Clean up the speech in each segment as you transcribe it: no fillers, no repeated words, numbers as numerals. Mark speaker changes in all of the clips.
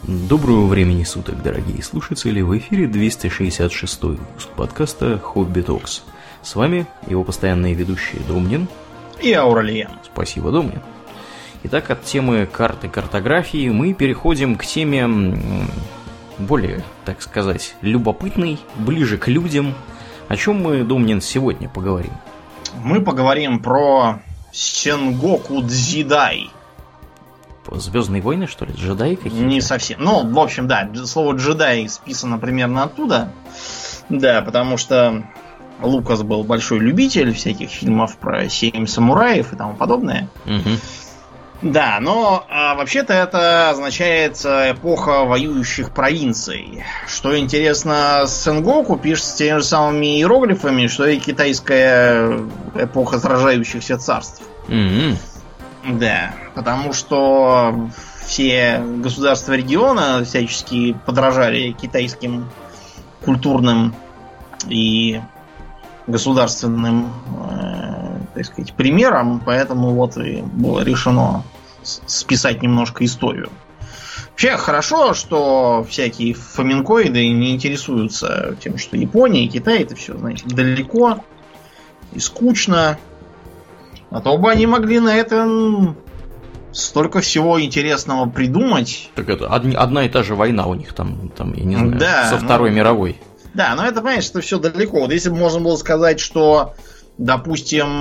Speaker 1: Доброго времени суток, дорогие слушатели! В эфире 266-й выпуск подкаста «Хобби Токс». С вами его постоянные ведущие Домнин
Speaker 2: и Ауралиен.
Speaker 1: Спасибо, Домнин. Итак, от темы карты картографии мы переходим к теме более, так сказать, любопытной, ближе к людям. О чем мы, Домнин, сегодня поговорим?
Speaker 2: Мы поговорим про Сенгоку Дзидай.
Speaker 1: Звездные войны, что ли? Джедаи какие-то?
Speaker 2: Не совсем. Ну, в общем, да, слово джедай списано примерно оттуда. Да, потому что Лукас был большой любитель всяких фильмов про 7 самураев и тому подобное.
Speaker 1: Угу.
Speaker 2: Да, но вообще-то это означает эпоха воюющих провинций. Что интересно, Сенгоку пишется теми же самыми иероглифами, что и китайская эпоха сражающихся царств.
Speaker 1: Угу.
Speaker 2: Да, потому что все государства региона всячески подражали китайским культурным и государственным, так сказать, примерам, поэтому вот и было решено списать немножко историю. Вообще хорошо, что всякие фламенкоиды не интересуются тем, что Япония и Китай это все, знаете, далеко и скучно. А то бы они могли на это столько всего интересного придумать.
Speaker 1: Так это одна и та же война у них там я не знаю,
Speaker 2: да,
Speaker 1: со Второй мировой.
Speaker 2: Да, но это, понимаешь, это все далеко. Вот если бы можно было сказать, что, допустим,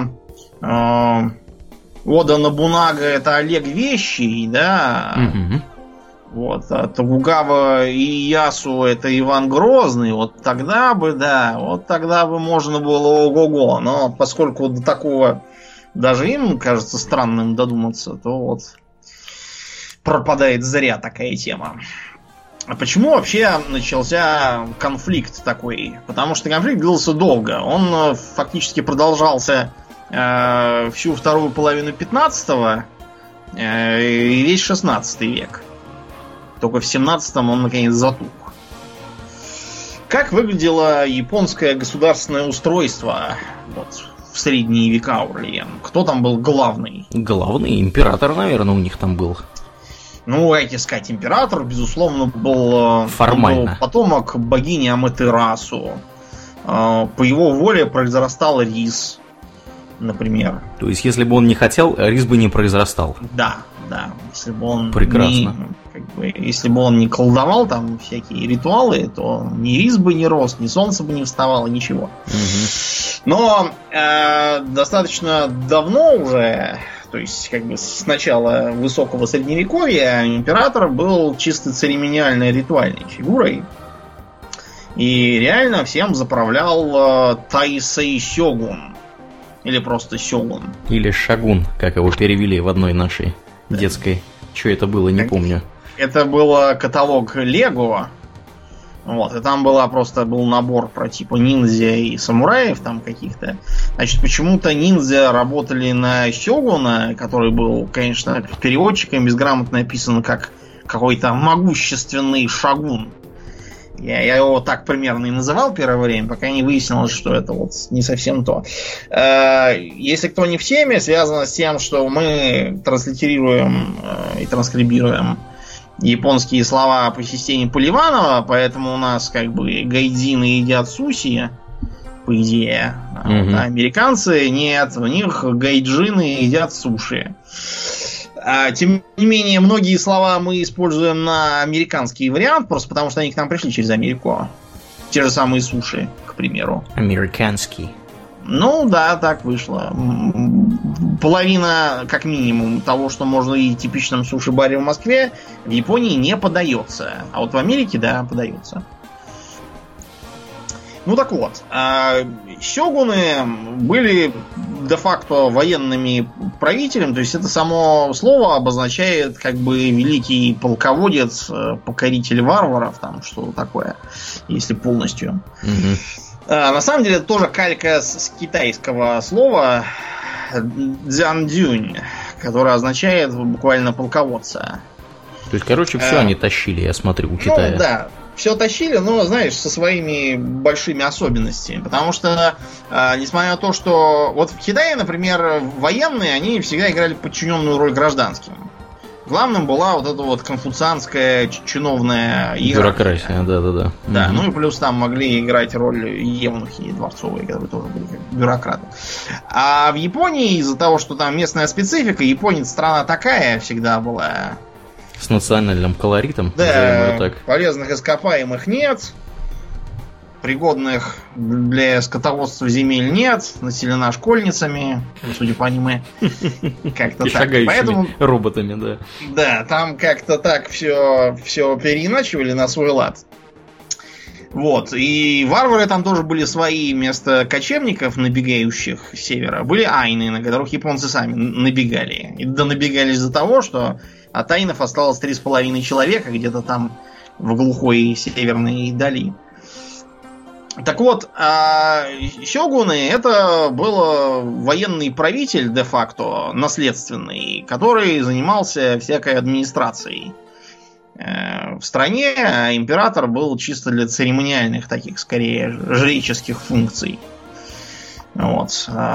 Speaker 2: Ода Нобунага это Олег Вещий, да, вот, а Токугава Иеясу это Иван Грозный, вот тогда бы, да, вот тогда бы можно было ого-го. Но поскольку до такого даже им кажется странным додуматься, то вот пропадает зря такая тема. А почему вообще начался конфликт такой? Потому что конфликт длился долго. Он фактически продолжался всю вторую половину 15-го и весь 16 век. Только в 17-м он наконец затух. Как выглядело японское государственное устройство вот, в средние века, Аурлиен? Кто там был главный?
Speaker 1: Главный император, наверное, у них там был.
Speaker 2: Ну, эти сказать, император, безусловно, был
Speaker 1: формально
Speaker 2: потомок богини Аматерасу. По его воле произрастал рис, например.
Speaker 1: То есть, если бы он не хотел, рис бы не произрастал.
Speaker 2: Да. Если бы он
Speaker 1: прекрасно.
Speaker 2: Если бы он не колдовал там всякие ритуалы, то ни рис бы не рос, ни солнце бы не вставало, ничего.
Speaker 1: Угу.
Speaker 2: Но достаточно давно уже, то есть как бы с начала высокого средневековья, император был чисто церемониальной ритуальной фигурой. И реально всем заправлял Тайсэй Сёгун. Или просто Сёгун.
Speaker 1: Или Шагун, как его перевели в одной нашей детской. Что это было, не помню.
Speaker 2: Это был каталог Лего. Вот, и там был набор про типа ниндзя и самураев там каких-то. Значит, почему-то ниндзя работали на Сёгуна, который был, конечно, переводчиком безграмотно описан как какой-то могущественный шагун. Я его так примерно и называл первое время, пока не выяснилось, что это вот не совсем то. Если кто не в теме, связано с тем, что мы транслитерируем и транскрибируем японские слова по системе Поливанова, поэтому у нас как бы гайдзины едят суси, по идее. А вот американцы нет, у них гайджины едят суши. Тем не менее, многие слова мы используем на американский вариант, просто потому что они к нам пришли через Америку. Те же самые суши, к примеру.
Speaker 1: Американский.
Speaker 2: Ну да, так вышло. Половина, как минимум, того, что можно видеть в типичном суши-баре в Москве, в Японии не подается. А вот в Америке, да, подается. Ну так вот, сёгуны были де-факто военными правителями, то есть это само слово обозначает как бы великий полководец, покоритель варваров, там что такое, если полностью. На самом деле это тоже калька с китайского слова дзяндюнь, которое означает буквально полководца.
Speaker 1: То есть, короче, все они тащили, я смотрю, у Китая.
Speaker 2: Ну да. Все тащили, но, знаешь, со своими большими особенностями. Потому что, несмотря на то, что... Вот в Китае, например, военные, они всегда играли подчиненную роль гражданским. Главным была вот эта вот конфуцианская чиновная
Speaker 1: бюрократия, да.
Speaker 2: Да, ну и плюс там могли играть роль евнухи дворцовые, которые тоже были как бюрократы. А в Японии из-за того, что там местная специфика, японец страна такая всегда была.
Speaker 1: С национальным колоритом.
Speaker 2: Да, так. Полезных ископаемых нет. Пригодных для скотоводства земель нет, населена школьницами, судя по аниме. Как-то
Speaker 1: и так. Поэтому роботами, да.
Speaker 2: Да, там как-то так все переиначивали на свой лад. Вот. И варвары там тоже были свои. Вместо кочевников, набегающих с севера, были айны, на которых японцы сами набегали. И набегали из-за того, что от айнов осталось 3,5 человека где-то там в глухой северной дали. Так вот, сёгуны это был военный правитель де-факто, наследственный, который занимался всякой администрацией в стране, а император был чисто для церемониальных таких, скорее, жреческих функций. Вот.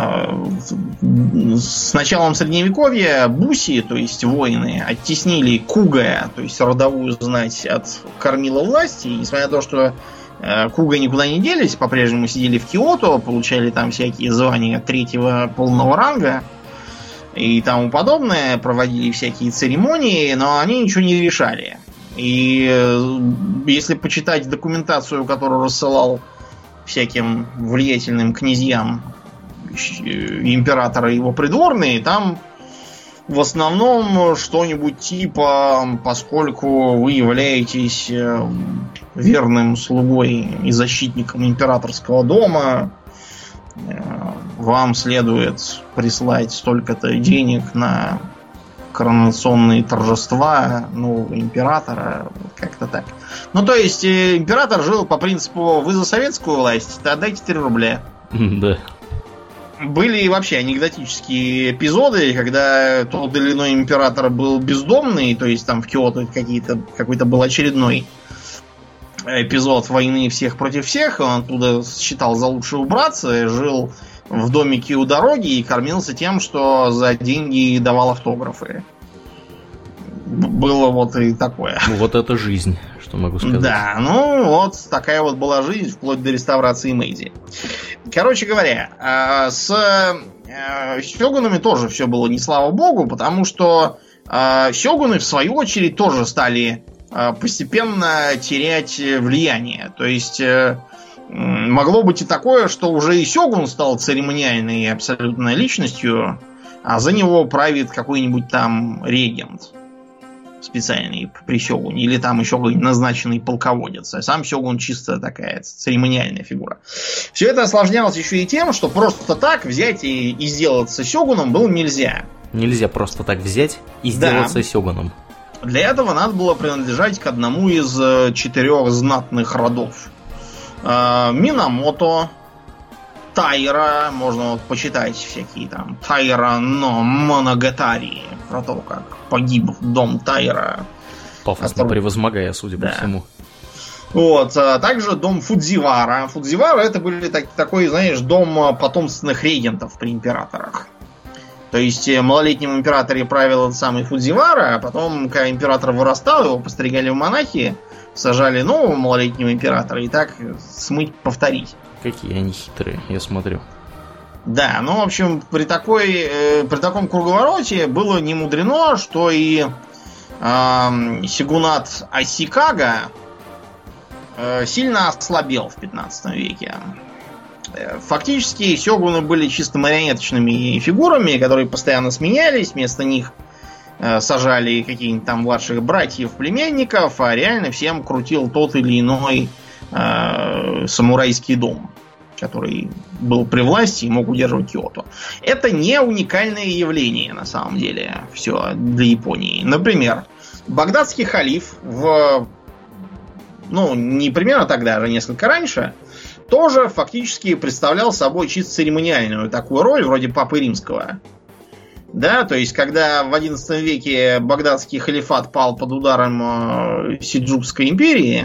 Speaker 2: С началом Средневековья буси, то есть воины, оттеснили кугая, то есть родовую знать, от кормила власти, и несмотря на то, что куга никуда не делись, по-прежнему сидели в Киото, получали там всякие звания третьего полного ранга и тому подобное, проводили всякие церемонии, но они ничего не решали. И если почитать документацию, которую рассылал всяким влиятельным князьям императора и его придворные, там в основном что-нибудь типа: поскольку вы являетесь верным слугой и защитником императорского дома, вам следует прислать столько-то денег на коронационные торжества нового императора, как-то так. Ну, то есть, император жил по принципу: вы за советскую власть, то отдайте 3 рубля.
Speaker 1: Да.
Speaker 2: Были вообще анекдотические эпизоды, когда тот или иной император был бездомный, то есть там в Киото какой-то был очередной эпизод войны всех против всех, он оттуда считал за лучшее убраться, жил в домике у дороги и кормился тем, что за деньги давал автографы. Было вот и такое.
Speaker 1: Ну, вот это жизнь, что могу сказать.
Speaker 2: Да, ну вот такая вот была жизнь вплоть до реставрации Мэйдзи. Короче говоря, с сёгунами тоже все было не слава богу, потому что сёгуны в свою очередь тоже стали постепенно терять влияние. То есть могло быть и такое, что уже и сёгун стал церемониальной абсолютной личностью, а за него правит какой-нибудь там регент специальный при сёгуне, или там еще какой-нибудь назначенный полководец. А сам сёгун чисто такая церемониальная фигура. Все это осложнялось еще и тем, что просто так взять и сделаться сёгуном было нельзя.
Speaker 1: Нельзя просто так взять и сделаться сёгуном.
Speaker 2: Для этого надо было принадлежать к одному из 4 знатных родов. Минамото, Тайра, можно вот почитать всякие там Тайра но Моногатари, про то, как погиб дом Тайра.
Speaker 1: Пафосно превозмогая, судя по всему.
Speaker 2: Вот, а также дом Фудзивара. Фудзивара это были такой, знаешь, дом потомственных регентов при императорах. То есть малолетнем императоре правил этот самый Фудзивара, а потом, когда император вырастал, его постригали в монахи, сажали нового малолетнего императора и так смыть, повторить.
Speaker 1: Какие они хитрые, я смотрю.
Speaker 2: Да, ну, в общем, при таком круговороте было не мудрено, что и сёгунат Асикага сильно ослабел в 15 веке. Фактически сёгуны были чисто марионеточными фигурами, которые постоянно сменялись, вместо них сажали каких-нибудь там младших братьев, племянников, а реально всем крутил тот или иной самурайский дом, который был при власти и мог удерживать Киото. Это не уникальное явление, на самом деле, все для Японии. Например, багдадский халиф не примерно тогда, а несколько раньше, тоже фактически представлял собой чисто церемониальную такую роль, вроде Папы Римского. Да, то есть, когда в XI веке багдадский халифат пал под ударом Сельджукской империи,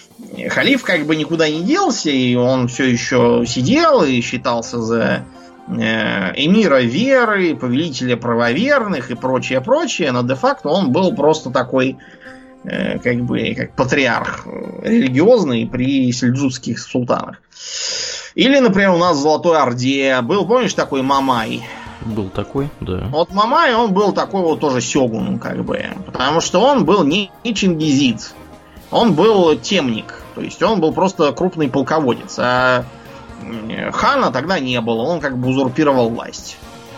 Speaker 2: халиф как бы никуда не делся, и он все еще сидел и считался за эмира веры, повелителя правоверных и прочее, но де-факто он был просто такой, как патриарх религиозный при сельджукских султанах. Или, например, у нас в Золотой Орде был, помнишь, такой Мамай?
Speaker 1: Был такой, да.
Speaker 2: Вот Мамай, он был такой вот тоже сёгун, потому что он был не чингизид, он был темник, то есть он был просто крупный полководец, а хана тогда не было, он как бы узурпировал власть.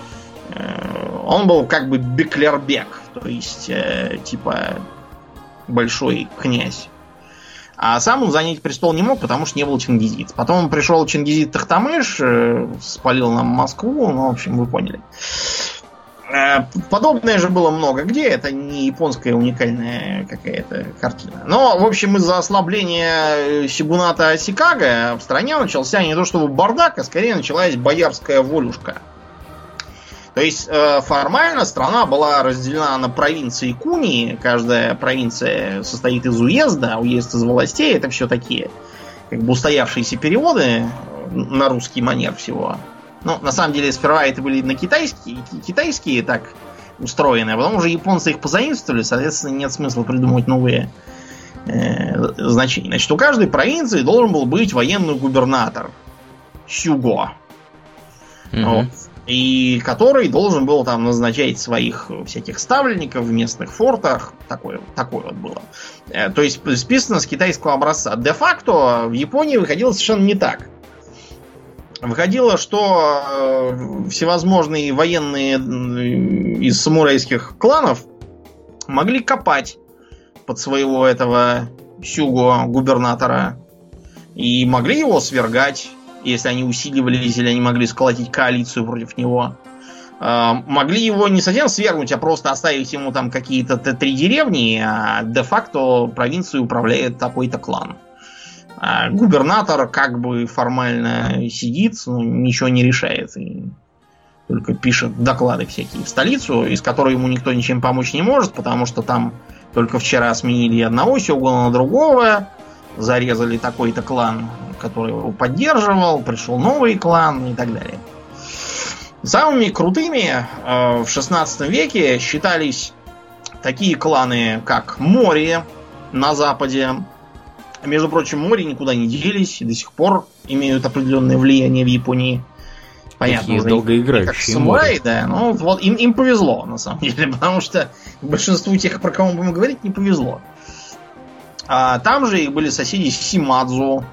Speaker 2: Он был как бы беклербек, то есть типа большой князь. А сам он занять престол не мог, потому что не был чингизид. Потом пришел чингизид Тохтамыш, спалил нам Москву, ну, в общем, вы поняли. Подобное же было много где, это не японская уникальная какая-то картина. Но, в общем, из-за ослабления сёгуната Асикага в стране начался не то чтобы бардак, а скорее началась боярская волюшка. То есть формально страна была разделена на провинции кунии. Каждая провинция состоит из уезда, а уезд из властей. Это все такие как бы устоявшиеся переводы на русский манер всего. Ну, на самом деле, сперва это были на китайские так устроены, а потом уже японцы их позаимствовали, соответственно, нет смысла придумывать новые значения. Значит, у каждой провинции должен был быть военный губернатор. Сюго. Вот. И который должен был там назначать своих всяких ставленников в местных фортах. Такое вот было. То есть списано с китайского образца. Де-факто в Японии выходило совершенно не так. Выходило, что всевозможные военные из самурайских кланов могли копать под своего этого сюго губернатора и могли его свергать, если они усиливались, или они могли сколотить коалицию против него. Могли его не совсем свергнуть, а просто оставить ему там какие-то 3 деревни, а де-факто провинцией управляет такой-то клан. А губернатор как бы формально сидит, но ничего не решает. И только пишет доклады всякие в столицу, из которой ему никто ничем помочь не может, потому что там только вчера сменили одного сёгуна на другого, зарезали такой-то клан, который его поддерживал, пришел новый клан и так далее. Самыми крутыми в 16 веке считались такие кланы, как Мори на западе. Между прочим, Мори никуда не делись и до сих пор имеют определенное влияние в Японии. Понятно,
Speaker 1: такие долгоиграющие
Speaker 2: как самураи, да. Ну, вот им повезло, на самом деле, потому что большинству тех, про кого мы будем говорить, не повезло. А там же их были соседи Симадзу.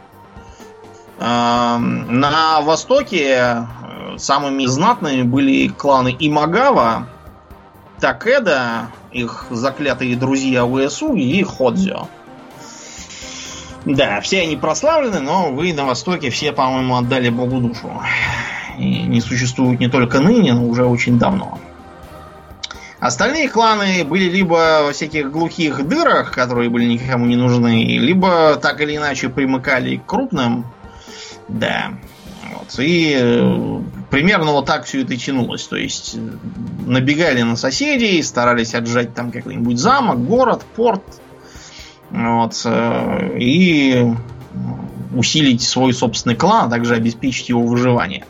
Speaker 2: На востоке самыми знатными были кланы Имагава, Такеда, их заклятые друзья Уэсуги и Ходзё. Да, все они прославлены, но вы на Востоке все, по-моему, отдали Богу душу. И не существуют не только ныне, но уже очень давно. Остальные кланы были либо во всяких глухих дырах, которые были никому не нужны, либо так или иначе примыкали к крупным. Да. Вот. И примерно вот так все это и тянулось. То есть набегали на соседей, старались отжать там какой-нибудь замок, город, порт. Вот, и усилить свой собственный клан, а также обеспечить его выживание.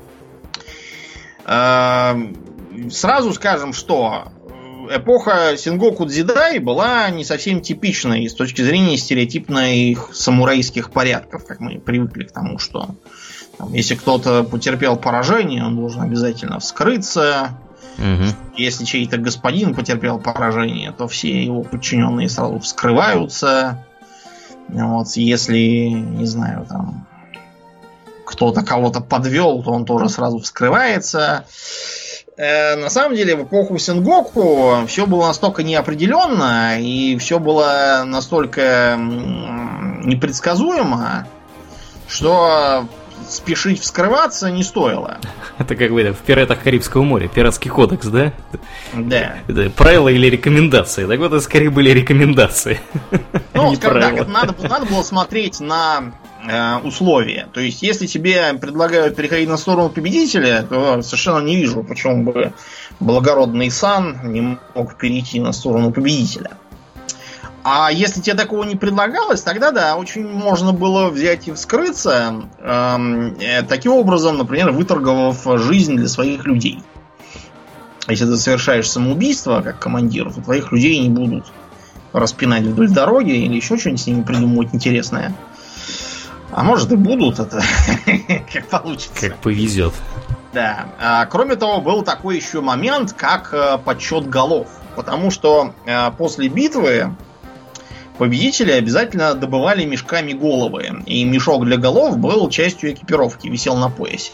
Speaker 2: Сразу скажем, что эпоха Сенгоку Дзидай была не совсем типичной с точки зрения стереотипных самурайских порядков, как мы привыкли к тому, что там, если кто-то потерпел поражение, он должен обязательно вскрыться. Если чей-то господин потерпел поражение, то все его подчиненные сразу вскрываются. Вот, если, не знаю, там кто-то кого-то подвел, то он тоже сразу вскрывается. На самом деле, в эпоху Сенгоку все было настолько неопределенно, и все было настолько непредсказуемо, что спешить вскрываться не стоило.
Speaker 1: Это как бы в «Пиратах Карибского моря», пиратский кодекс, да?
Speaker 2: Да.
Speaker 1: Это правила или рекомендации? Так вот, это скорее были рекомендации.
Speaker 2: Ну, скажем так, это надо было смотреть на условия. То есть, если тебе предлагают переходить на сторону победителя, то совершенно не вижу, почему бы благородный сан не мог перейти на сторону победителя. А если тебе такого не предлагалось, тогда да, очень можно было взять и вскрыться, таким образом, например, выторговав жизнь для своих людей. Если ты совершаешь самоубийство как командир, то твоих людей не будут распинать вдоль дороги или еще что-нибудь с ними придумывать интересное. А может и будут, это как получится.
Speaker 1: Как повезет.
Speaker 2: Да. Кроме того, был такой еще момент, как подсчет голов. Потому что после битвы победители обязательно добывали мешками головы. И мешок для голов был частью экипировки, висел на поясе.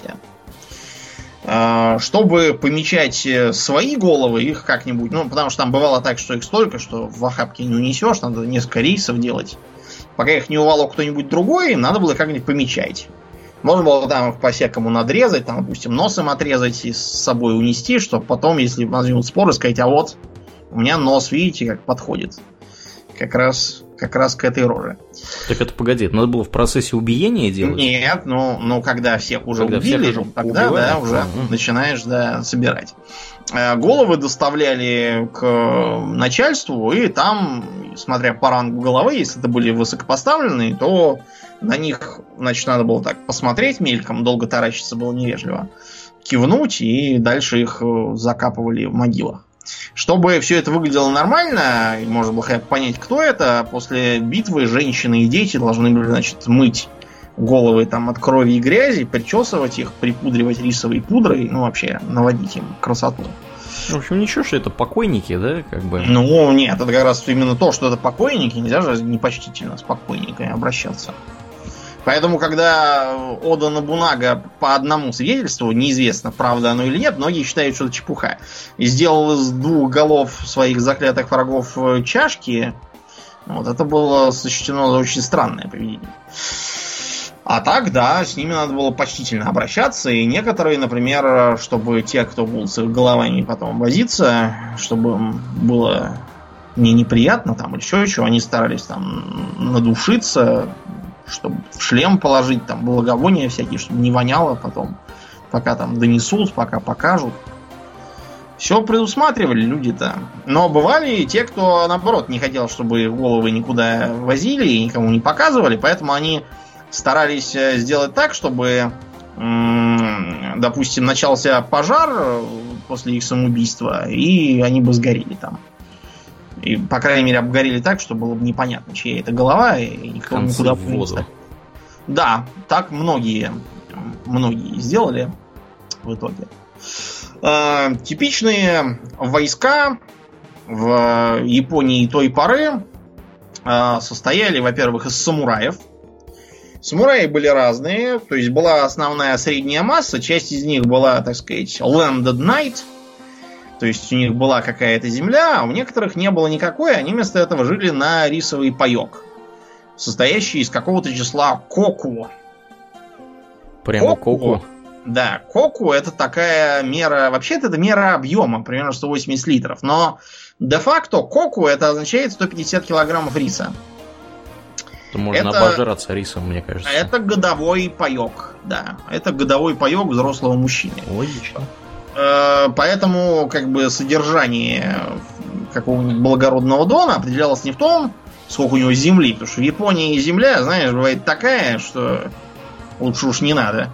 Speaker 2: Чтобы помечать свои головы, их как-нибудь... Ну, потому что там бывало так, что их столько, что в охапке не унесешь, надо несколько рейсов делать. Пока их не уволок кто-нибудь другой, им надо было как-нибудь помечать. Можно было там их по-всякому надрезать, там, допустим, носом отрезать и с собой унести, чтобы потом, если возьмут споры, сказать, а вот у меня нос, видите, как подходит. Как раз к этой роже.
Speaker 1: Так это погоди, это надо было в процессе убиения делать?
Speaker 2: Нет, ну когда всех уже убили, всех тогда да, уже начинаешь собирать. Головы доставляли к начальству, и там, смотря по рангу головы, если это были высокопоставленные, то на них, значит, надо было так посмотреть мельком, долго таращиться было невежливо, кивнуть, и дальше их закапывали в могилах. Чтобы все это выглядело нормально, и можно было хотя бы понять, кто это, после битвы женщины и дети должны были, значит, мыть головы там от крови и грязи, причесывать их, припудривать рисовой пудрой, ну, вообще, наводить им красоту.
Speaker 1: В общем, ничего, что это покойники, да, как бы?
Speaker 2: Ну, нет, это как раз именно то, что это покойники, нельзя же непочтительно с покойниками обращаться. Поэтому, когда Ода Нобунага по одному свидетельству, неизвестно, правда оно или нет, многие считают, что это чепуха, и сделал из 2 голов своих заклятых врагов чашки, вот это было сочтено за очень странное поведение. А так, да, с ними надо было почтительно обращаться, и некоторые, например, чтобы те, кто будут с их головами потом возиться, чтобы им было не неприятно там или еще чего, они старались там надушиться, чтобы в шлем положить, там, благовония всякие, чтобы не воняло потом, пока там донесут, пока покажут. Все предусматривали люди-то. Но бывали и те, кто, наоборот, не хотел, чтобы головы никуда возили и никому не показывали, поэтому они старались сделать так, чтобы, допустим, начался пожар после их самоубийства, и они бы сгорели там. И, по крайней мере, обгорели так, что было бы непонятно, чья это голова, и никто никуда бы не стал. Да, так многие сделали в итоге. Типичные войска в Японии той поры состояли, во-первых, из самураев. Самураи были разные, то есть была основная средняя масса, часть из них была, так сказать, landed knight. То есть у них была какая-то земля, а у некоторых не было никакой, они вместо этого жили на рисовый паёк, состоящий из какого-то числа коку.
Speaker 1: Прямо коку?
Speaker 2: Да, коку это такая мера, вообще-то это мера объема, примерно 180 литров, но де-факто коку это означает 150 килограммов риса.
Speaker 1: Это можно обожраться рисом, мне кажется.
Speaker 2: Это годовой паёк, да. Это годовой паёк взрослого мужчины.
Speaker 1: Логично.
Speaker 2: Поэтому, как бы, содержание какого-нибудь благородного дона определялось не в том, сколько у него земли, потому что в Японии земля, знаешь, бывает такая, что лучше уж не надо,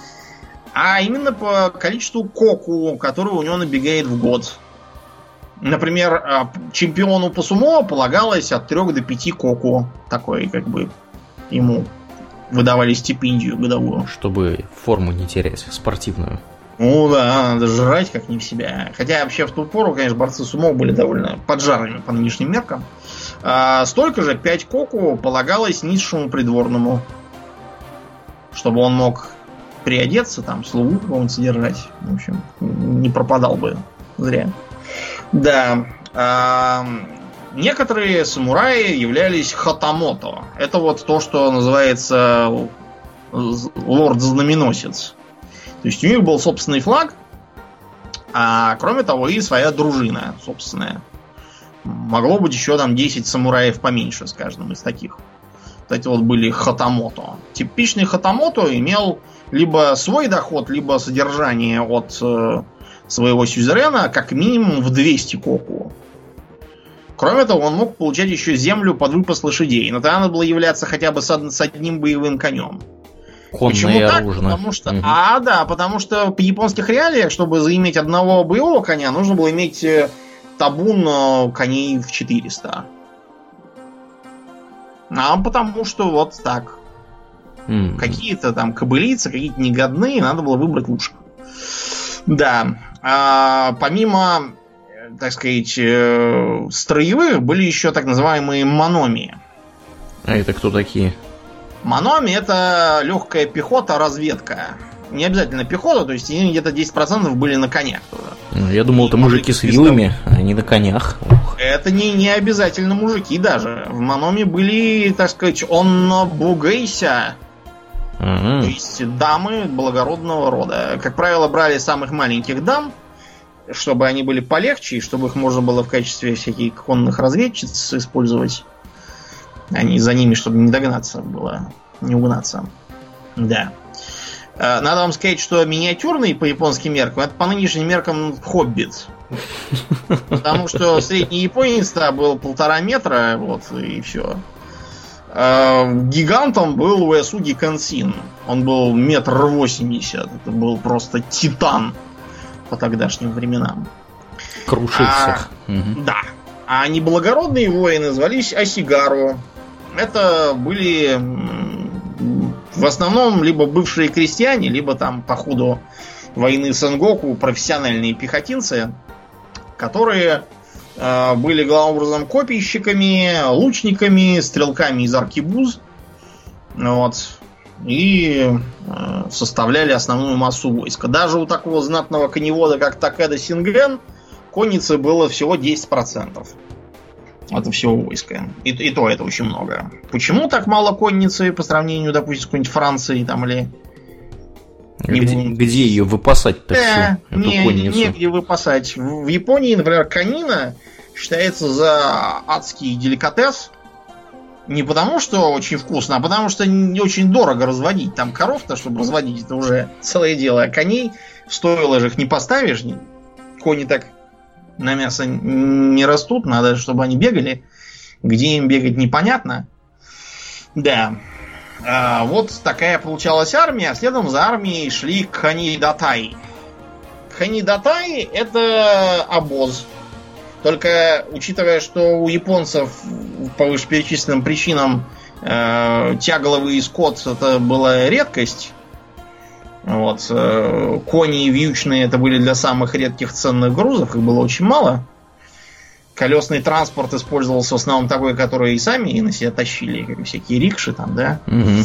Speaker 2: а именно по количеству коку, который у него набегает в год. Например, чемпиону по сумо полагалось от 3 до 5 коку. Такой, как бы, ему выдавали стипендию годовую.
Speaker 1: Чтобы форму не терять, спортивную.
Speaker 2: Ну да, надо жрать как не в себя. Хотя вообще в ту пору, конечно, борцы сумо были довольно поджарами по нынешним меркам. Столько же 5 коку полагалось низшему придворному, чтобы он мог приодеться, там, слугу какого-нибудь содержать. В общем, не пропадал бы зря. Да. Некоторые самураи являлись хатамото. Это вот то, что называется лорд-знаменосец. То есть у них был собственный флаг, а кроме того и своя дружина собственная. Могло быть еще там 10 самураев поменьше с каждым из таких. Вот эти вот были хатамото. Типичный хатамото имел либо свой доход, либо содержание от своего сюзерена как минимум в 200 коку. Кроме того, он мог получать еще землю под выпас лошадей. Но тогда надо было являться хотя бы с одним боевым конем. Почему так? Потому что, потому что в японских реалиях, чтобы заиметь одного боевого коня, нужно было иметь табун коней в 400. А потому что вот так. Какие-то там кобылицы, какие-то негодные, надо было выбрать лучше. Да. Помимо, так сказать, строевых, были еще так называемые мономи.
Speaker 1: А это кто такие?
Speaker 2: Мономи — это легкая пехота, разведка. Не обязательно пехота, то есть где-то 10% были на конях тоже.
Speaker 1: Я думал, это мужики с вилами, а не на конях.
Speaker 2: Это не обязательно мужики даже. В Мономи были, так сказать, оннобугейся. То есть дамы благородного рода. Как правило, брали самых маленьких дам, чтобы они были полегче, и чтобы их можно было в качестве всяких конных разведчиц использовать. Они за ними, чтобы не догнаться было, не угнаться. Да. Надо вам сказать, что миниатюрный по японским меркам, это по нынешним меркам хоббит. Потому что средний японец был 1,5 метра, вот, и все. Гигантом был Уэсуги Кансин. Он был 1,80 м. Это был просто титан по тогдашним временам.
Speaker 1: Крушить всех.
Speaker 2: Да. А неблагородные воины звались Асигару. Это были в основном либо бывшие крестьяне, либо там по ходу войны Сэнгоку профессиональные пехотинцы, которые были главным образом копийщиками, лучниками, стрелками из аркебуз. Вот. И составляли основную массу войска. Даже у такого знатного коневода, как Такеда Синген, конницы было всего 10%. Это всего войска. И то это очень много. Почему так мало конницы по сравнению, допустим, с какой-нибудь Францией там, или...
Speaker 1: Где ее выпасать-то всю, эту конницу?
Speaker 2: Негде выпасать. В Японии, например, конина считается за адский деликатес. Не потому, что очень вкусно, а потому, что не очень дорого разводить. Там коров-то, чтобы разводить, это уже целое дело. А коней в стойло же их не поставишь. Кони так на мясо не растут. Надо, чтобы они бегали. Где им бегать, непонятно. Да. Вот такая получалась армия. А следом за армией шли Кхани-Датай. Кхани-Датай — это обоз. Только учитывая, что у японцев по вышеперечисленным причинам тягловый скот это была редкость. Вот. Кони вьючные это были для самых редких ценных грузов, их было очень мало. Колесный транспорт использовался в основном такой, который и сами на себя тащили, как всякие рикши там, да.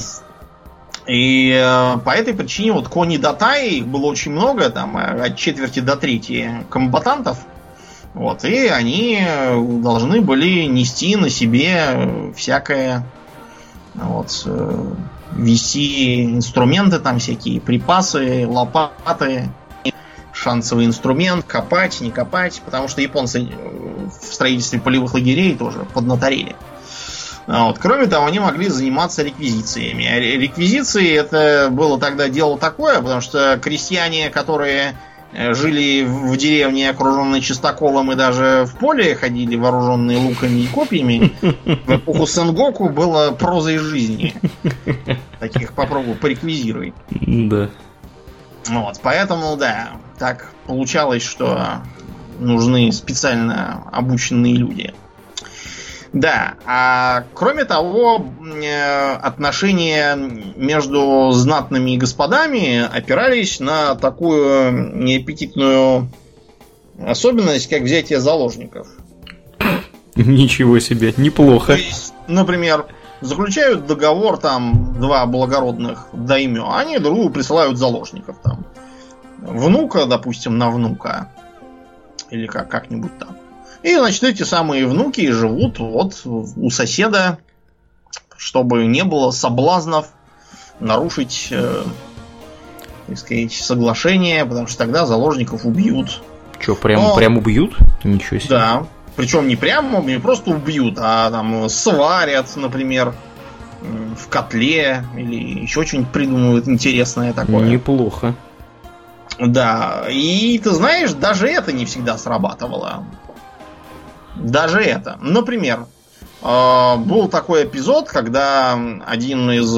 Speaker 2: И по этой причине вот кони-датай, их было очень много, там от четверти до трети комбатантов. Вот, и они должны были нести на себе всякое, вот, вести инструменты, там всякие припасы, лопаты, шансовый инструмент, копать, не копать, потому что японцы в строительстве полевых лагерей тоже поднаторели. Вот. Кроме того, они могли заниматься реквизициями. А реквизиции это было тогда дело такое, потому что крестьяне, которые жили в деревне, окруженной чистоколом, и даже в поле ходили, вооруженные луками и копьями, в эпоху Сэнгоку было прозой жизни. Таких попробую пореквизируй.
Speaker 1: Да.
Speaker 2: Вот, поэтому, да, так получалось, что нужны специально обученные люди. Да, а кроме того, отношения между знатными господами опирались на такую неаппетитную особенность, как взятие заложников.
Speaker 1: Ничего себе, неплохо.
Speaker 2: То есть, например, заключают договор там два благородных даймё, они друг другу присылают заложников там. Внука, допустим, на внука. Или как-нибудь там. И, значит, эти самые внуки живут вот у соседа, чтобы не было соблазнов нарушить, так сказать, соглашение, потому что тогда заложников убьют.
Speaker 1: Что, прям убьют? Ничего себе.
Speaker 2: Да. Причем не прямо, не просто убьют, а там сварят, например, в котле или еще что-нибудь придумывают интересное такое.
Speaker 1: Неплохо.
Speaker 2: Да. И ты знаешь, даже это не всегда срабатывало. Даже это. Например, был такой эпизод, когда один из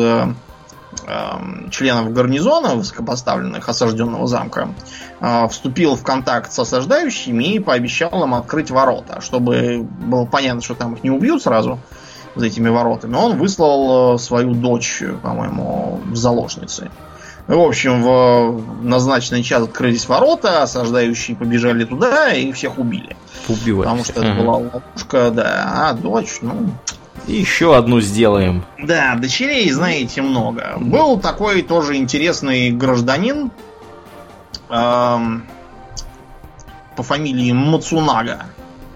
Speaker 2: членов гарнизона, высокопоставленных осажденного замка, вступил в контакт с осаждающими и пообещал им открыть ворота. Чтобы было понятно, что там их не убьют сразу за этими воротами, он выслал свою дочь, по-моему, в заложницы. В общем, в назначенный час открылись ворота, осаждающие побежали туда и всех убили.
Speaker 1: Убивать.
Speaker 2: Потому что это была ловушка, да, а дочь,
Speaker 1: И еще одну сделаем.
Speaker 2: Да, дочерей, знаете, много. Был такой тоже интересный гражданин по фамилии Мацунага.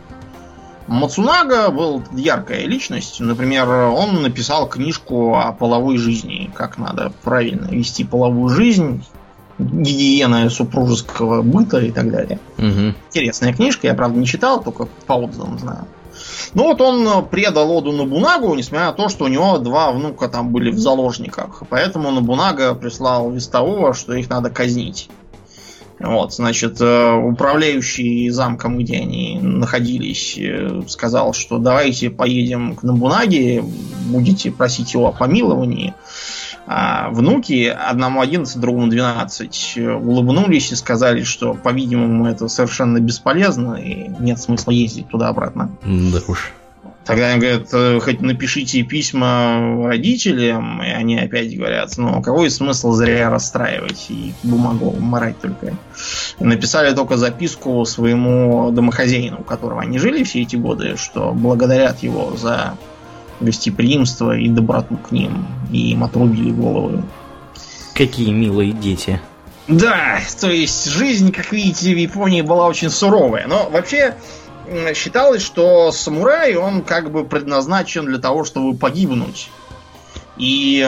Speaker 2: Мацунага был яркая личность. Например, он написал книжку о половой жизни. Как надо правильно вести половую жизнь, гигиена супружеского быта и так далее.
Speaker 1: Угу.
Speaker 2: Интересная книжка, я, правда, не читал, только по отзывам знаю. Ну вот он предал Оду Нобунагу, несмотря на то, что у него 2 внука там были в заложниках. Поэтому Нобунага прислал вестового, что их надо казнить. Вот, значит, управляющий замком, где они находились, сказал, что давайте поедем к Нобунаге, будете просить его о помиловании. А внуки, одному 11, другому 12, улыбнулись и сказали, что, по-видимому, это совершенно бесполезно и нет смысла ездить туда-обратно.
Speaker 1: Да уж.
Speaker 2: Тогда они говорят, хоть напишите письма родителям, и они опять говорят, какой смысл зря расстраивать и бумагу марать только. И написали только записку своему домохозяину, у которого они жили все эти годы, что благодарят его за гостеприимство и доброту к ним, и им отрубили головы.
Speaker 1: Какие милые дети.
Speaker 2: Да, то есть жизнь, как видите, в Японии была очень суровая. Но вообще считалось, что самурай, он как бы предназначен для того, чтобы погибнуть. И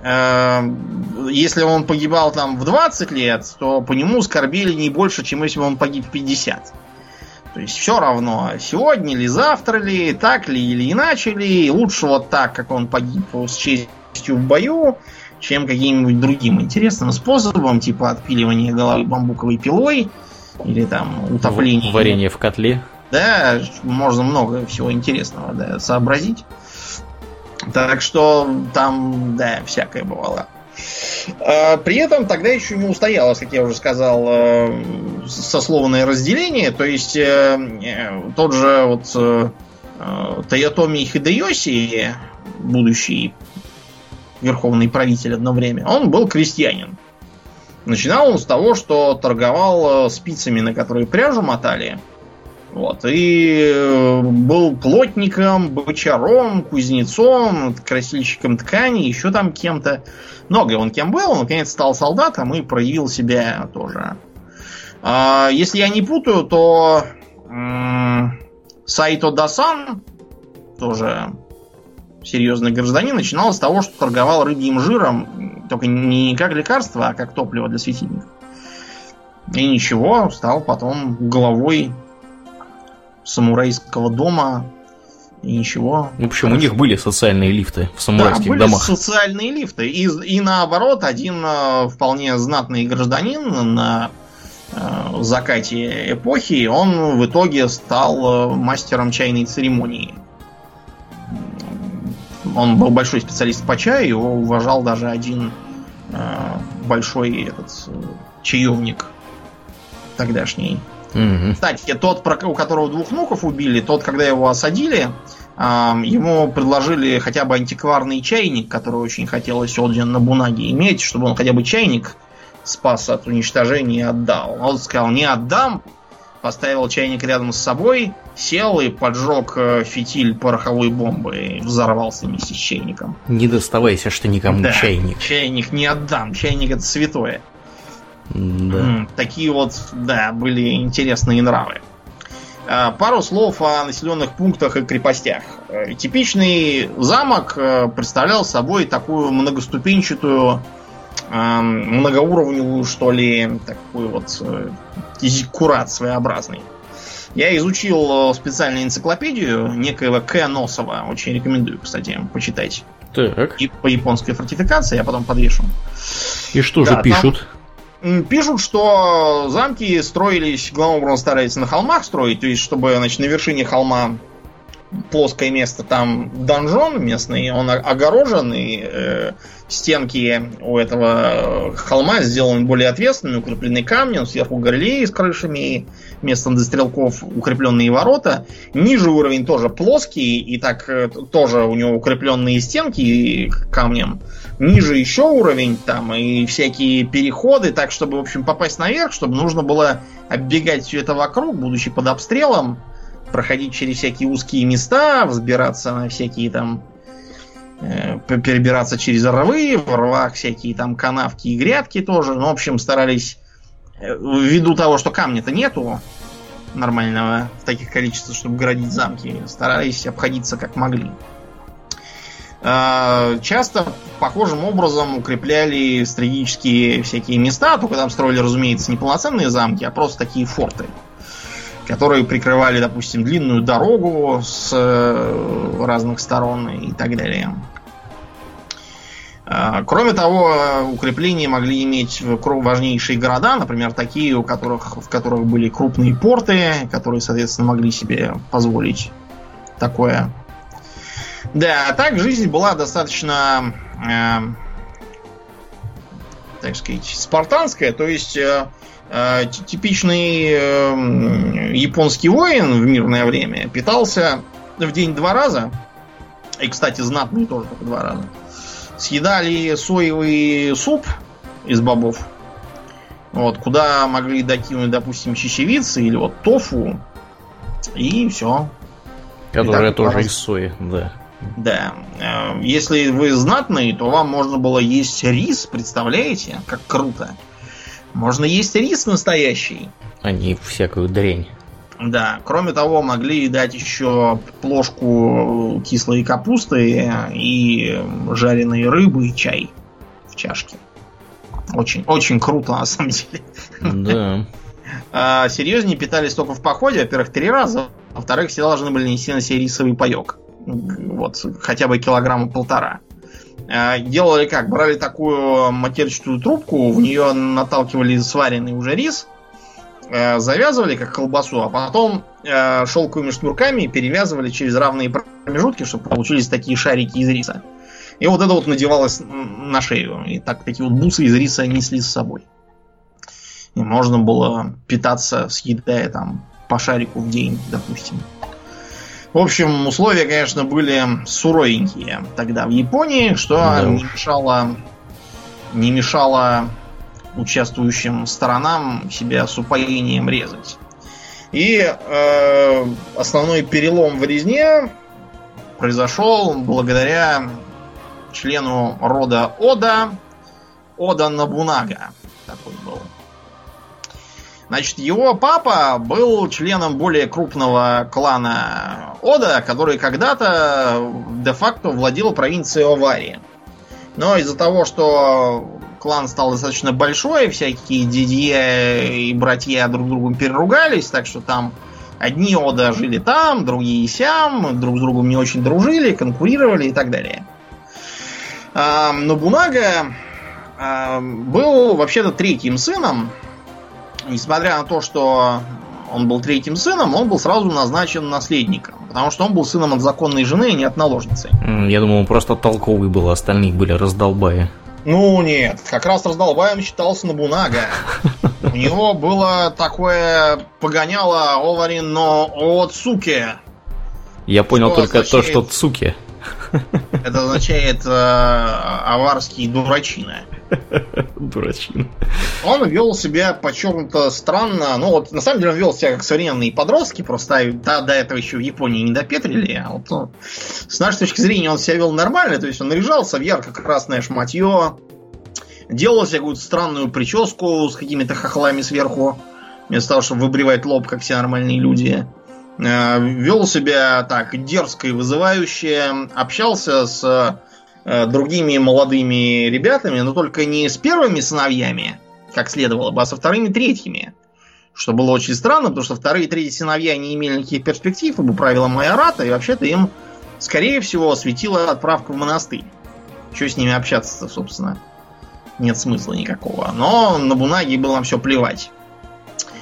Speaker 2: если он погибал там в 20 лет, то по нему скорбели не больше, чем если бы он погиб в 50. То есть все равно, сегодня ли, завтра ли, так ли или иначе ли, лучше вот так, как он погиб с честью в бою, чем каким-нибудь другим интересным способом, типа отпиливания головы бамбуковой пилой, или там утопление.
Speaker 1: Варенье в котле.
Speaker 2: Да, можно много всего интересного сообразить. Так что там, да, всякое бывало. При этом тогда еще не устоялось, как я уже сказал, сословное разделение. То есть тот же вот Тойотоми Хидэёси, будущий верховный правитель одно время, он был крестьянин. Начинал он с того, что торговал спицами, на которые пряжу мотали. Вот, и был плотником, бочаром, кузнецом, красильщиком ткани, еще там кем-то. Много он кем был, он наконец стал солдатом и проявил себя тоже. Если я не путаю, то Сайто Дасан, тоже серьезный гражданин, начинал с того, что торговал рыбьим жиром, только не как лекарство, а как топливо для светильников. И ничего, стал потом главой самурайского дома. И ничего.
Speaker 1: В общем, у них были социальные лифты в самурайских домах.
Speaker 2: Да, были социальные лифты. И наоборот, один вполне знатный гражданин на закате эпохи, он в итоге стал мастером чайной церемонии. Он был большой специалист по чаю, его уважал даже один большой чаевник тогдашний. Угу. Кстати, тот, у которого 2 внуков убили, тот, когда его осадили, ему предложили хотя бы антикварный чайник, который очень хотелось Оде Нобунаге иметь, чтобы он хотя бы чайник спас от уничтожения и отдал. Он сказал, не отдам, поставил чайник рядом с собой, сел и поджег фитиль пороховой бомбы и взорвался вместе с чайником.
Speaker 1: Не доставайся, что никому чайник.
Speaker 2: Чайник не отдам, чайник это святое.
Speaker 1: Да.
Speaker 2: Такие вот, да, были интересные нравы. Пару слов о населенных пунктах и крепостях. Типичный замок представлял собой такую многоступенчатую, многоуровневую, что ли, такой вот зиккурат своеобразный. Я изучил специальную энциклопедию некоего К. Носова. Очень рекомендую, кстати, почитать.
Speaker 1: Так.
Speaker 2: И по японской фортификации, я потом подвешу.
Speaker 1: И что же пишут?
Speaker 2: Пишут, что замки строились, главным образом стараются на холмах строить, то есть, чтобы, значит, на вершине холма плоское место, там донжон местный, он огорожен, и стенки у этого холма сделаны более ответственными, укреплены камнем, сверху галереи с крышами, и местом для стрелков укрепленные ворота. Ниже уровень тоже плоский, и так тоже у него укрепленные стенки камнем. Ниже еще уровень там, и всякие переходы, так, чтобы, в общем, попасть наверх, чтобы нужно было оббегать все это вокруг, будучи под обстрелом, проходить через всякие узкие места, взбираться на всякие там, перебираться через рвы, в рвах всякие там канавки и грядки тоже. Ну, в общем, старались, ввиду того, что камня-то нету нормального в таких количествах, чтобы градить замки, старались обходиться как могли. Часто похожим образом укрепляли стратегические всякие места, только там строили, разумеется, не полноценные замки, а просто такие форты, которые прикрывали, допустим, длинную дорогу с разных сторон и так далее. Кроме того, укрепления могли иметь важнейшие города, например, такие, в которых были крупные порты, которые, соответственно, могли себе позволить такое. Да, так жизнь была достаточно, так сказать, спартанская, то есть типичный японский воин в мирное время питался в день 2 раза, и, кстати, знатный тоже только 2 раза. Съедали соевый суп из бобов, вот, куда могли докинуть, допустим, чечевицы или вот тофу, и все.
Speaker 1: Которая тоже из сои, да.
Speaker 2: Да. Если вы знатный, то вам можно было есть рис, представляете? Как круто. Можно есть рис настоящий.
Speaker 1: А не всякую дрянь.
Speaker 2: Да. Кроме того, могли дать еще плошку кислой капусты и жареной рыбы и чай в чашке. Очень, очень круто, на самом деле.
Speaker 1: Да.
Speaker 2: Серьезнее питались только в походе. Во-первых, 3 раза. Во-вторых, все должны были нести на себе рисовый паек. Вот, хотя бы 1,5 килограмма. Делали как? Брали такую матерчатую трубку, в нее наталкивали сваренный уже рис, завязывали как колбасу, а потом шелковыми шнурками перевязывали через равные промежутки, чтобы получились такие шарики из риса. И вот это вот надевалось на шею. И так такие вот бусы из риса несли с собой. И можно было питаться, съедая там по шарику в день, допустим. В общем, условия, конечно, были суровенькие тогда в Японии, что не мешало участвующим сторонам себя с упоением резать. И основной перелом в резне произошел благодаря члену рода Ода Нобунага. Такой был. Значит, его папа был членом более крупного клана Ода, который когда-то де-факто владел провинцией Овари. Но из-за того, что клан стал достаточно большой, всякие дядья и братья друг другу переругались, так что там одни Ода жили там, другие сям, друг с другом не очень дружили, конкурировали и так далее. Нобунага был вообще-то 3-м сыном. Несмотря на то, что он был 3-м сыном, он был сразу назначен наследником. Потому что он был сыном от законной жены, а не от наложницы.
Speaker 1: Я думал, он просто толковый был, а остальные были раздолбаи.
Speaker 2: Ну нет, как раз раздолбаем считался Нобунага. У него было такое погоняло Оварин но Оцуке.
Speaker 1: Я понял только то, что Цуке.
Speaker 2: Это означает аварский дурачина.
Speaker 1: Дурачина.
Speaker 2: Он вел себя подчеркнуто странно. Ну вот, на самом деле он вел себя как современные подростки, просто до этого еще в Японии не допетрили. А вот, ну, с нашей точки зрения он себя вел нормально. То есть он наряжался в ярко-красное шматье, делал себе какую-то странную прическу с какими-то хохлами сверху, вместо того, чтобы выбривать лоб, как все нормальные люди. Вел себя так дерзко и вызывающе, общался с другими молодыми ребятами, но только не с первыми сыновьями, как следовало бы, а со вторыми и третьими. Что было очень странно, потому что вторые и третьи сыновья не имели никаких перспектив по правилам майората, и вообще-то им, скорее всего, светила отправка в монастырь. Что с ними общаться-то, собственно, нет смысла никакого. Но Нобунаге было на все плевать.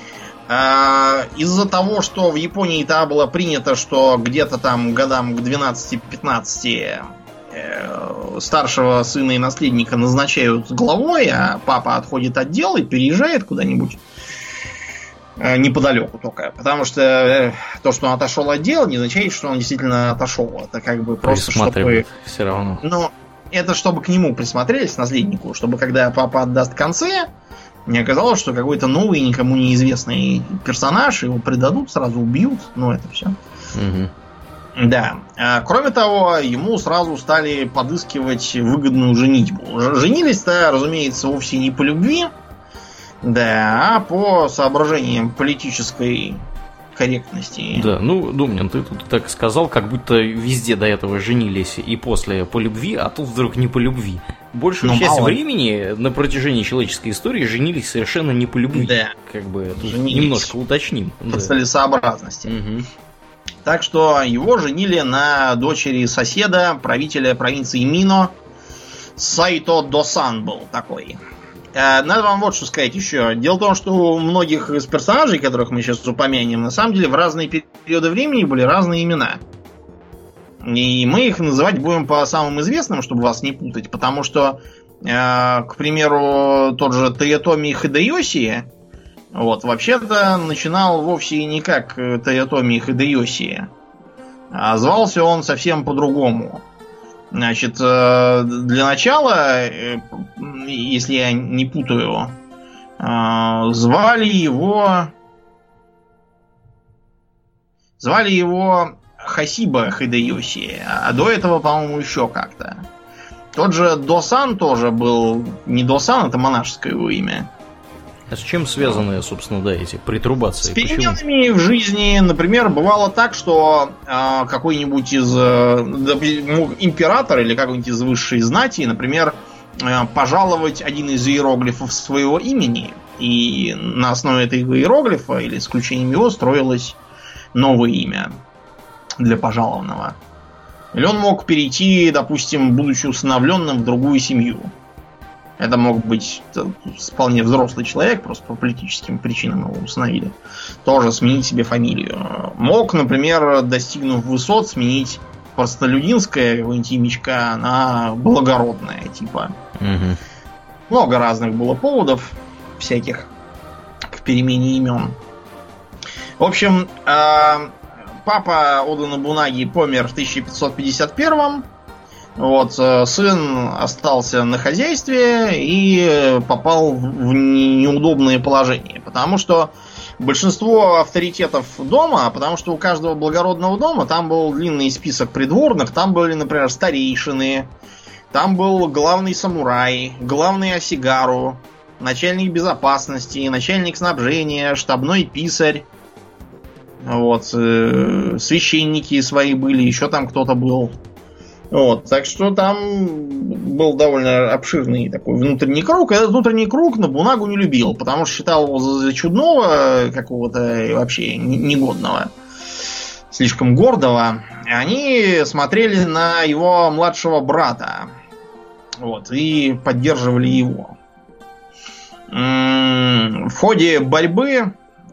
Speaker 2: Из-за того, что в Японии-то было принято, что где-то там годам к 12-15 старшего сына и наследника назначают главой, а папа отходит от дел и переезжает куда-нибудь неподалеку только. Потому что то, что он отошел от дел, не означает, что он действительно отошел. Это как бы просто чтобы...
Speaker 1: все равно.
Speaker 2: Но это чтобы к нему присмотрелись, наследнику, чтобы когда папа отдаст конце, не оказалось, что какой-то новый, никому неизвестный персонаж, его предадут, сразу убьют. Ну, это все.
Speaker 1: Угу.
Speaker 2: Да. Кроме того, ему сразу стали подыскивать выгодную женитьбу. Женились-то, разумеется, вовсе не по любви, да, а по соображениям политической корректности.
Speaker 1: Да, ну, Домнин, ты тут так сказал, как будто везде до этого женились и после по любви, а тут вдруг не по любви. Большую часть времени на протяжении человеческой истории женились совершенно не по любви.
Speaker 2: Да.
Speaker 1: Как бы тут немножко уточним.
Speaker 2: По целесообразности.
Speaker 1: Угу.
Speaker 2: Так что его женили на дочери соседа, правителя провинции Мино. Сайто Досан был такой. Надо вам вот что сказать еще. Дело в том, что у многих из персонажей, которых мы сейчас упомянем, на самом деле в разные периоды времени были разные имена. И мы их называть будем по самым известным, чтобы вас не путать. Потому что, к примеру, тот же Тоётоми Хидэёси, вот, вообще-то начинал вовсе не как Тоётоми Хидэёси, а звался он совсем по-другому. Значит, для начала, если я не путаю, звали его Хасиба Хидэёси, а до этого, по-моему, еще как-то. Тот же Досан тоже был не Досан, это монашеское его имя.
Speaker 1: А с чем связаны, собственно, да, эти притрубации?
Speaker 2: С переменами в жизни, например, бывало так, что какой-нибудь из император или какой-нибудь из высшей знати, например, пожаловать один из иероглифов своего имени, и на основе этого иероглифа или с исключением его строилось новое имя для пожалованного. Или он мог перейти, допустим, будучи усыновленным, в другую семью. Это мог быть вполне взрослый человек, просто по политическим причинам его усыновили. Тоже сменить себе фамилию. Мог, например, достигнув высот, сменить простолюдинское какое-нибудь имечко на благородное, типа.
Speaker 1: Угу.
Speaker 2: Много разных было поводов всяких к перемене имен. В общем, папа Ода Нобунаги помер в 1551-м. Вот, сын остался на хозяйстве и попал в неудобное положение. Потому что большинство авторитетов дома, потому что у каждого благородного дома там был длинный список придворных, там были, например, старейшины, там был главный самурай, главный осигару, начальник безопасности, начальник снабжения, штабной писарь. Вот, священники свои были, еще там кто-то был. Вот, так что там был довольно обширный такой внутренний круг. Этот внутренний круг Нобунагу не любил, потому что считал его за чудного какого-то вообще негодного, слишком гордого. Они смотрели на его младшего брата, вот, и поддерживали его. В ходе борьбы,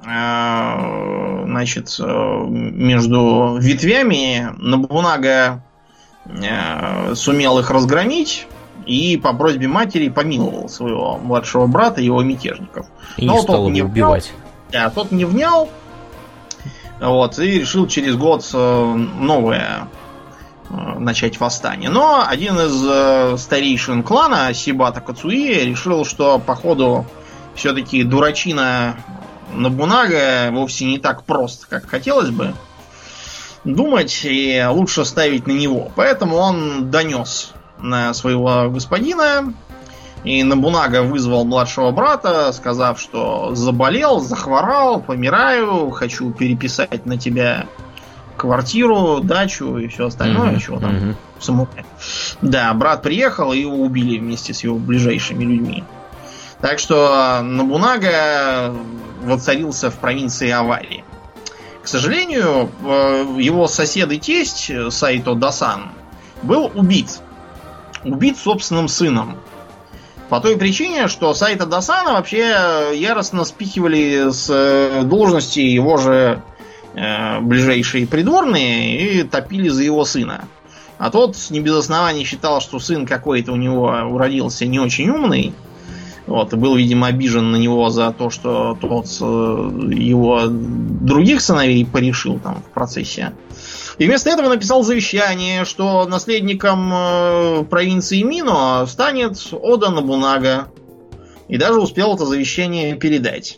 Speaker 2: значит, между ветвями Нобунага сумел их разгромить и по просьбе матери помиловал своего младшего брата и его мятежников.
Speaker 1: И не стал его убивать.
Speaker 2: Да, тот не внял, вот, и решил через год новое начать восстание. Но один из старейшин клана, Сибата Кацуи, решил, что походу все-таки дурачина Нобунага вовсе не так прост, как хотелось бы думать, и лучше ставить на него. Поэтому он донес на своего господина, и Нобунага вызвал младшего брата, сказав, что заболел, захворал, помираю, хочу переписать на тебя квартиру, дачу и все остальное, чего там самурай. Да, брат приехал, и его убили вместе с его ближайшими людьми. Так что Нобунага воцарился в провинции Авари. К сожалению, его сосед и тесть Сайто Досан был убит. Убит собственным сыном. По той причине, что Сайто Досана вообще яростно спихивали с должности его же ближайшие придворные и топили за его сына. А тот не без оснований считал, что сын какой-то у него уродился не очень умный. Вот, и был, видимо, обижен на него за то, что тот его других сыновей порешил там в процессе. И вместо этого написал завещание, что наследником провинции Мино станет Ода Нобунага. И даже успел это завещание передать.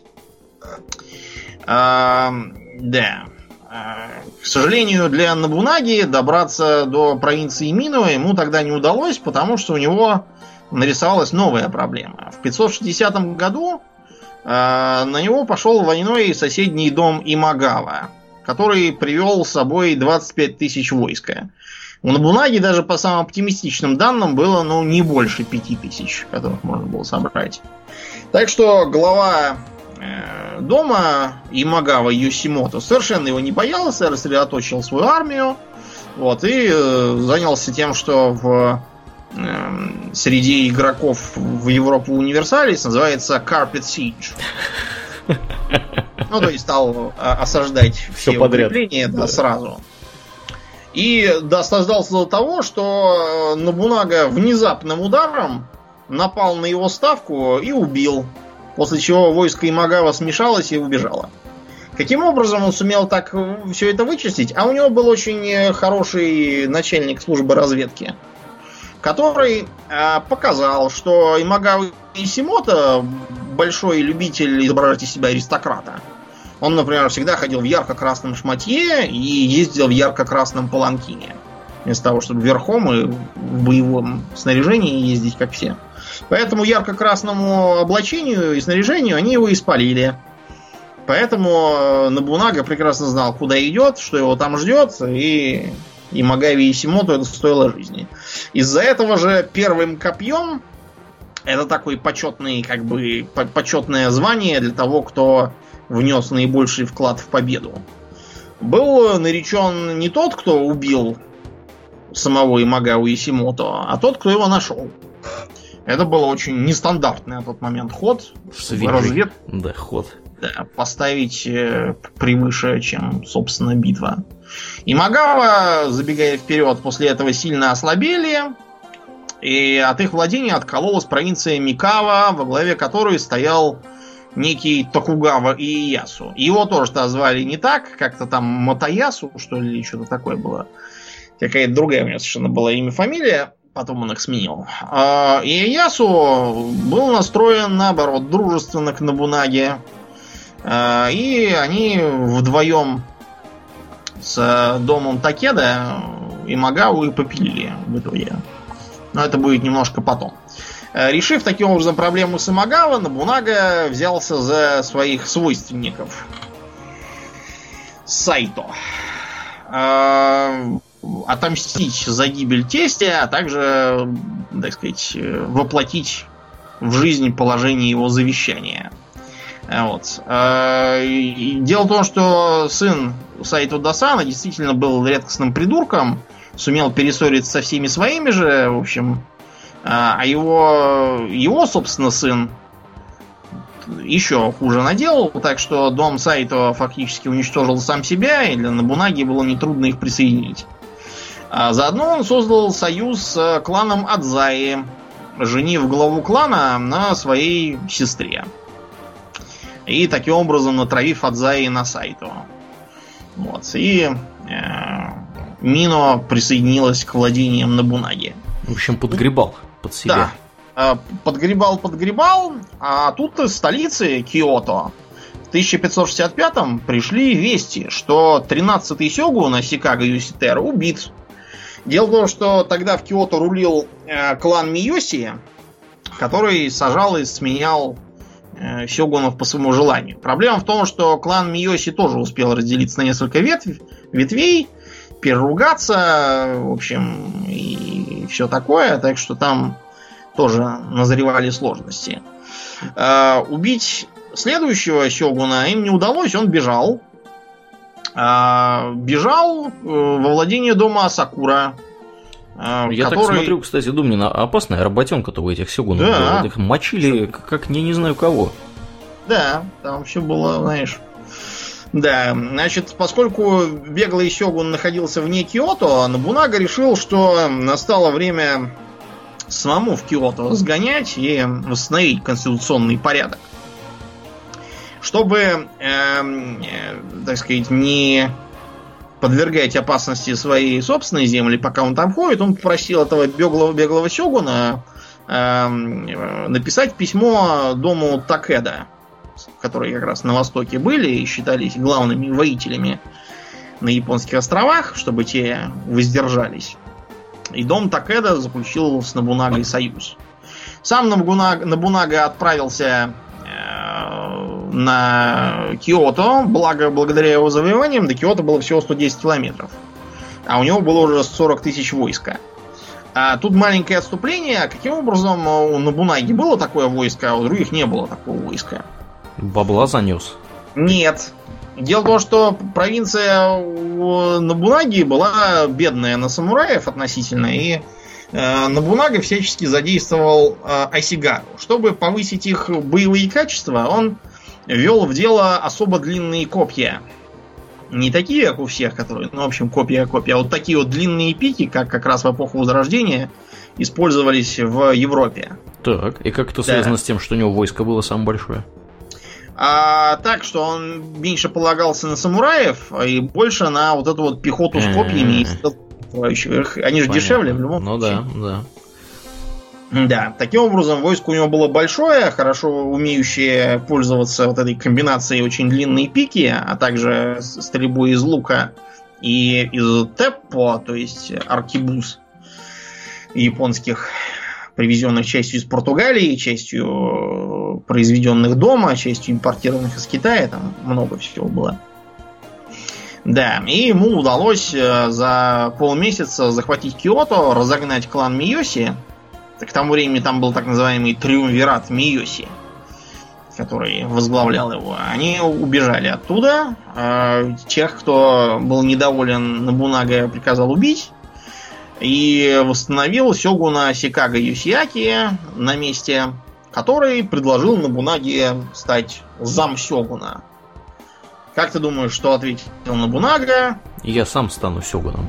Speaker 2: Да. К сожалению, для Нобунаги добраться до провинции Мино ему тогда не удалось, потому что у него нарисовалась новая проблема. В 560 году на него пошел войной соседний дом Имагава, который привел с собой 25 тысяч войска. У Нобунаги даже по самым оптимистичным данным было не больше 5 тысяч, которых можно было собрать. Так что глава дома Имагава Йосимото совершенно его не боялся, рассредоточил свою армию, вот, и занялся тем, что среди игроков в Европу Универсалис называется Carpet Siege. То есть стал осаждать все укрепления сразу. И досаждался до того, что Нобунага внезапным ударом напал на его ставку и убил. После чего войско Имагава смешалось и убежало. Каким образом он сумел так все это вычистить? А у него был очень хороший начальник службы разведки, который показал, что Имагава Йосимото большой любитель изображать из себя аристократа. Он, например, всегда ходил в ярко-красном шматье и ездил в ярко-красном паланкине. Вместо того, чтобы верхом и в боевом снаряжении ездить, как все. Поэтому ярко-красному облачению и снаряжению они его испалили. Поэтому Нобунага прекрасно знал, куда идет, что его там ждет, и Имагаве Йосимото это стоило жизни. Из-за этого же первым копьем, это такой почетный, почетное звание для того, кто внес наибольший вклад в победу, был наречен не тот, кто убил самого Имагаву Йосимото, а тот, кто его нашел. Это был очень нестандартный на тот момент ход. Разведку.
Speaker 1: Да, ход.
Speaker 2: Да, поставить превыше, чем, собственно, битва. Имагава, забегая вперед, после этого сильно ослабели, и от их владения откололась провинция Микава, во главе которой стоял некий Токугава Иеясу. Его тоже звали не так, как-то там Мотоясу, что ли, или что-то такое было. Какая-то другая у него совершенно была имя-фамилия. Потом он их сменил. Иеясу был настроен, наоборот, дружественно к Нобунаге. И они вдвоем с домом Такеда Имагаву и попилили в итоге. Но это будет немножко потом. Решив таким образом проблему с Имагава, Нобунага взялся за своих свойственников. Сайто. Отомстить за гибель тестя, а также, так сказать, воплотить в жизнь положение его завещания. Вот. Дело в том, что сын Сайто Досана действительно был редкостным придурком, сумел перессориться со всеми своими же, в общем, а его, собственно, сын еще хуже наделал, так что дом Сайто фактически уничтожил сам себя, и для Нобунаги было нетрудно их присоединить. Заодно он создал союз с кланом Адзаи, женив главу клана на своей сестре. И таким образом натравив Адзаи на Сайто. Вот. И Мино присоединилась к владениям Нобунаги.
Speaker 1: В общем, подгребал под себя.
Speaker 2: Да. Подгребал, а тут из столицы Киото в 1565-м пришли вести, что 13-й сёгун Асикага Йоситера убит. Дело в том, что тогда в Киото рулил клан Миёси, который сажал и сменял сёгунов по своему желанию. Проблема в том, что клан Миёси тоже успел разделиться на несколько ветвей, переругаться, в общем, и все такое, так что там тоже назревали сложности. Убить следующего сёгуна им не удалось, он бежал. Бежал во владение дома Асакура.
Speaker 1: Я так смотрю, кстати, Думнин, опасная работенка-то у этих сёгунов была. Их мочили, как я не знаю кого.
Speaker 2: Да, там все было, знаешь... Да, значит, поскольку беглый сёгун находился вне Киото, Нобунага решил, что настало время самому в Киото сгонять и восстановить конституционный порядок. Чтобы, так сказать, не подвергать опасности своей собственной земли, пока он там ходит, он попросил этого беглого сёгуна написать письмо дому Такеда, которые как раз на востоке были и считались главными воителями на японских островах, чтобы те воздержались. И дом Такеда заключил с Нобунагой союз. Сам Нобунага отправился на Киото, благо благодаря его завоеваниям до Киото было всего 110 километров. А у него было уже 40 тысяч войска. А тут маленькое отступление. Каким образом у Нобунаги было такое войско, а у других не было такого войска?
Speaker 1: Бабла занес?
Speaker 2: Нет. Дело в том, что провинция у Нобунаги была бедная на самураев относительно, и Нобунага всячески задействовал асигару. Чтобы повысить их боевые качества, он ввел в дело особо длинные копья. Не такие, как у всех, которые, в общем, копья, а вот такие вот длинные пики, как раз в эпоху Возрождения, использовались в Европе.
Speaker 1: Так, и как это связано с тем, что у него войско было самое большое?
Speaker 2: Так, что он меньше полагался на самураев и больше на вот эту вот пехоту с копьями. Они же дешевле в любом случае.
Speaker 1: Да.
Speaker 2: Да, таким образом, войско у него было большое, хорошо умеющее пользоваться вот этой комбинацией очень длинной пики, а также стрельбой из лука и из теппо, то есть аркебуз японских, привезенных частью из Португалии, частью произведенных дома, частью импортированных из Китая, там много всего было. Да, и ему удалось за полмесяца захватить Киото, разогнать клан Миёси. К тому времени там был так называемый триумвират Миёси, который возглавлял его. Они убежали оттуда. Тех, кто был недоволен Нобунага, приказал убить. И восстановил сёгуна Сикага Йосиаки на месте, который предложил Нобунаге стать замсёгуна. Как ты думаешь, что ответил Нобунага?
Speaker 1: Я сам стану сёгуном.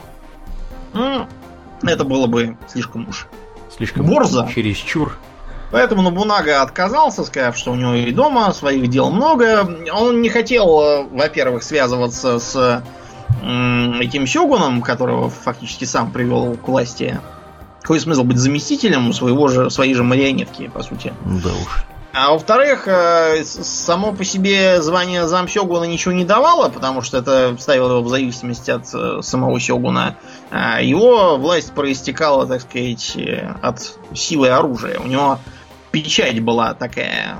Speaker 2: Это было бы слишком уж
Speaker 1: слишком
Speaker 2: борзо.
Speaker 1: Чересчур.
Speaker 2: Поэтому Нобунага отказался, сказав, что у него и дома своих дел много. Он не хотел, во-первых, связываться с этим сёгуном, которого фактически сам привел к власти. Какой смысл быть заместителем своей же марионетки, по сути?
Speaker 1: Да уж.
Speaker 2: А во-вторых, само по себе звание замсёгуна ничего не давало, потому что это ставило его в зависимости от самого сёгуна. А его власть проистекала, так сказать, от силы оружия. У него печать была такая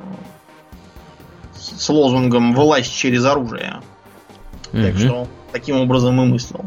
Speaker 2: с лозунгом «власть через оружие». Так что таким образом и мыслил.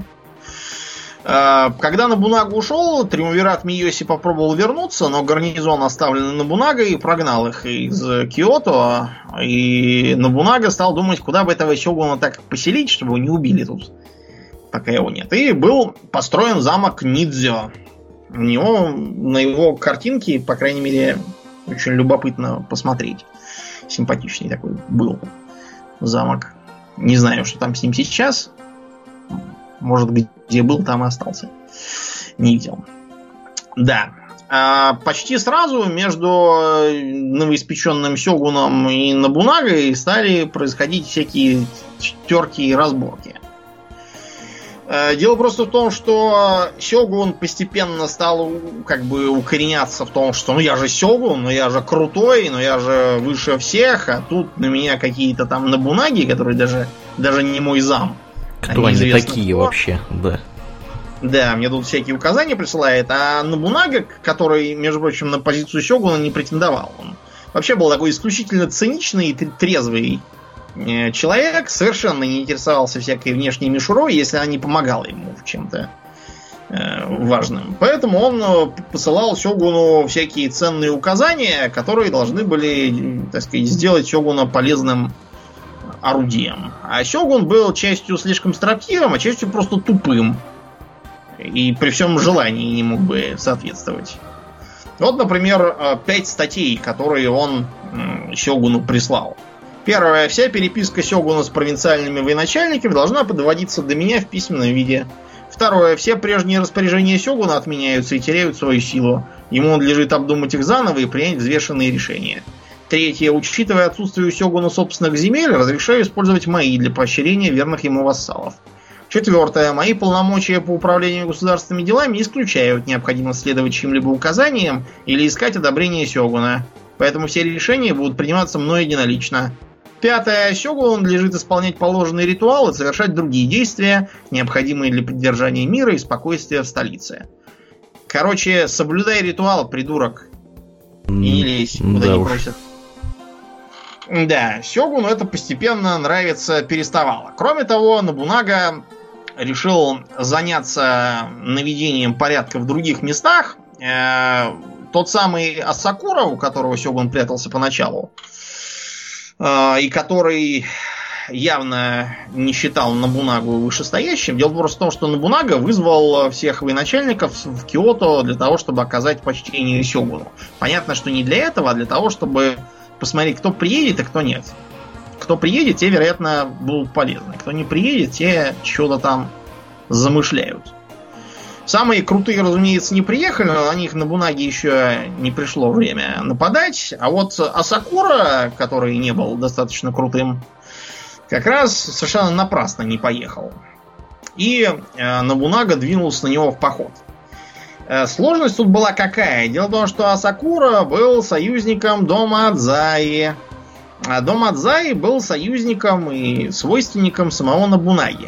Speaker 2: Когда Нобунага ушел, триумвират Миёси попробовал вернуться, но гарнизон, оставленный Нобунагой, прогнал их из Киото. И Нобунага стал думать, куда бы этого сёгуна так поселить, чтобы его не убили тут, пока его нет. И был построен замок Нидзё. На его картинки, по крайней мере, очень любопытно посмотреть. Симпатичный такой был замок. Не знаю, что там с ним сейчас. Может, где был, там и остался. Не видел. Да. Почти сразу между новоиспеченным сёгуном и Нобунагой стали происходить всякие терки и разборки. Дело просто в том, что сёгун постепенно стал как бы укореняться в том, что я же сёгун, я же крутой, я же выше всех, а тут на меня какие-то там Нобунаги, которые даже не мой зам.
Speaker 1: Кто они такие вообще, да.
Speaker 2: Да, мне тут всякие указания присылает, а Нобунага, который, между прочим, на позицию сёгуна не претендовал. Он вообще был такой исключительно циничный и трезвый человек, совершенно не интересовался всякой внешней мишурой, если она не помогала ему в чем-то важным. Поэтому он посылал сёгуну всякие ценные указания, которые должны были, так сказать, сделать сёгуна полезным орудием. А сёгун был частью слишком строптивым, а частью просто тупым. И при всем желании не мог бы соответствовать. Вот, например, 5 статей, которые он сёгуну прислал. Первое. Вся переписка сёгуна с провинциальными военачальниками должна подводиться до меня в письменном виде. Второе. Все прежние распоряжения сёгуна отменяются и теряют свою силу. Ему надлежит обдумать их заново и принять взвешенные решения. Третье. Учитывая отсутствие у сёгуна собственных земель, разрешаю использовать мои для поощрения верных ему вассалов. Четвертое. Мои полномочия по управлению государственными делами не исключают необходимость следовать чьим-либо указаниям или искать одобрение сёгуна. Поэтому все решения будут приниматься мной единолично. Пятое. Сёгуну надлежит исполнять положенные ритуалы, совершать другие действия, необходимые для поддержания мира и спокойствия в столице. Короче, соблюдай ритуал, придурок. И не лезь, куда не просят. Да, сёгуну это постепенно нравиться переставало. Кроме того, Нобунага решил заняться наведением порядка в других местах. Тот самый Асакура, у которого сёгун прятался поначалу, и который явно не считал Нобунагу вышестоящим. Дело просто в том, что Нобунага вызвал всех военачальников в Киото для того, чтобы оказать почтение сёгуну. Понятно, что не для этого, а для того, чтобы посмотреть, кто приедет и кто нет. Кто приедет, те, вероятно, будут полезны. Кто не приедет, те что-то там замышляют. Самые крутые, разумеется, не приехали, но на них Нобунаге еще не пришло время нападать. А вот Асакура, который не был достаточно крутым, как раз совершенно напрасно не поехал. И Нобунага двинулся на него в поход. Сложность тут была какая? Дело в том, что Асакура был союзником дома Адзаи. А дом Адзаи был союзником и свойственником самого Нобунаги.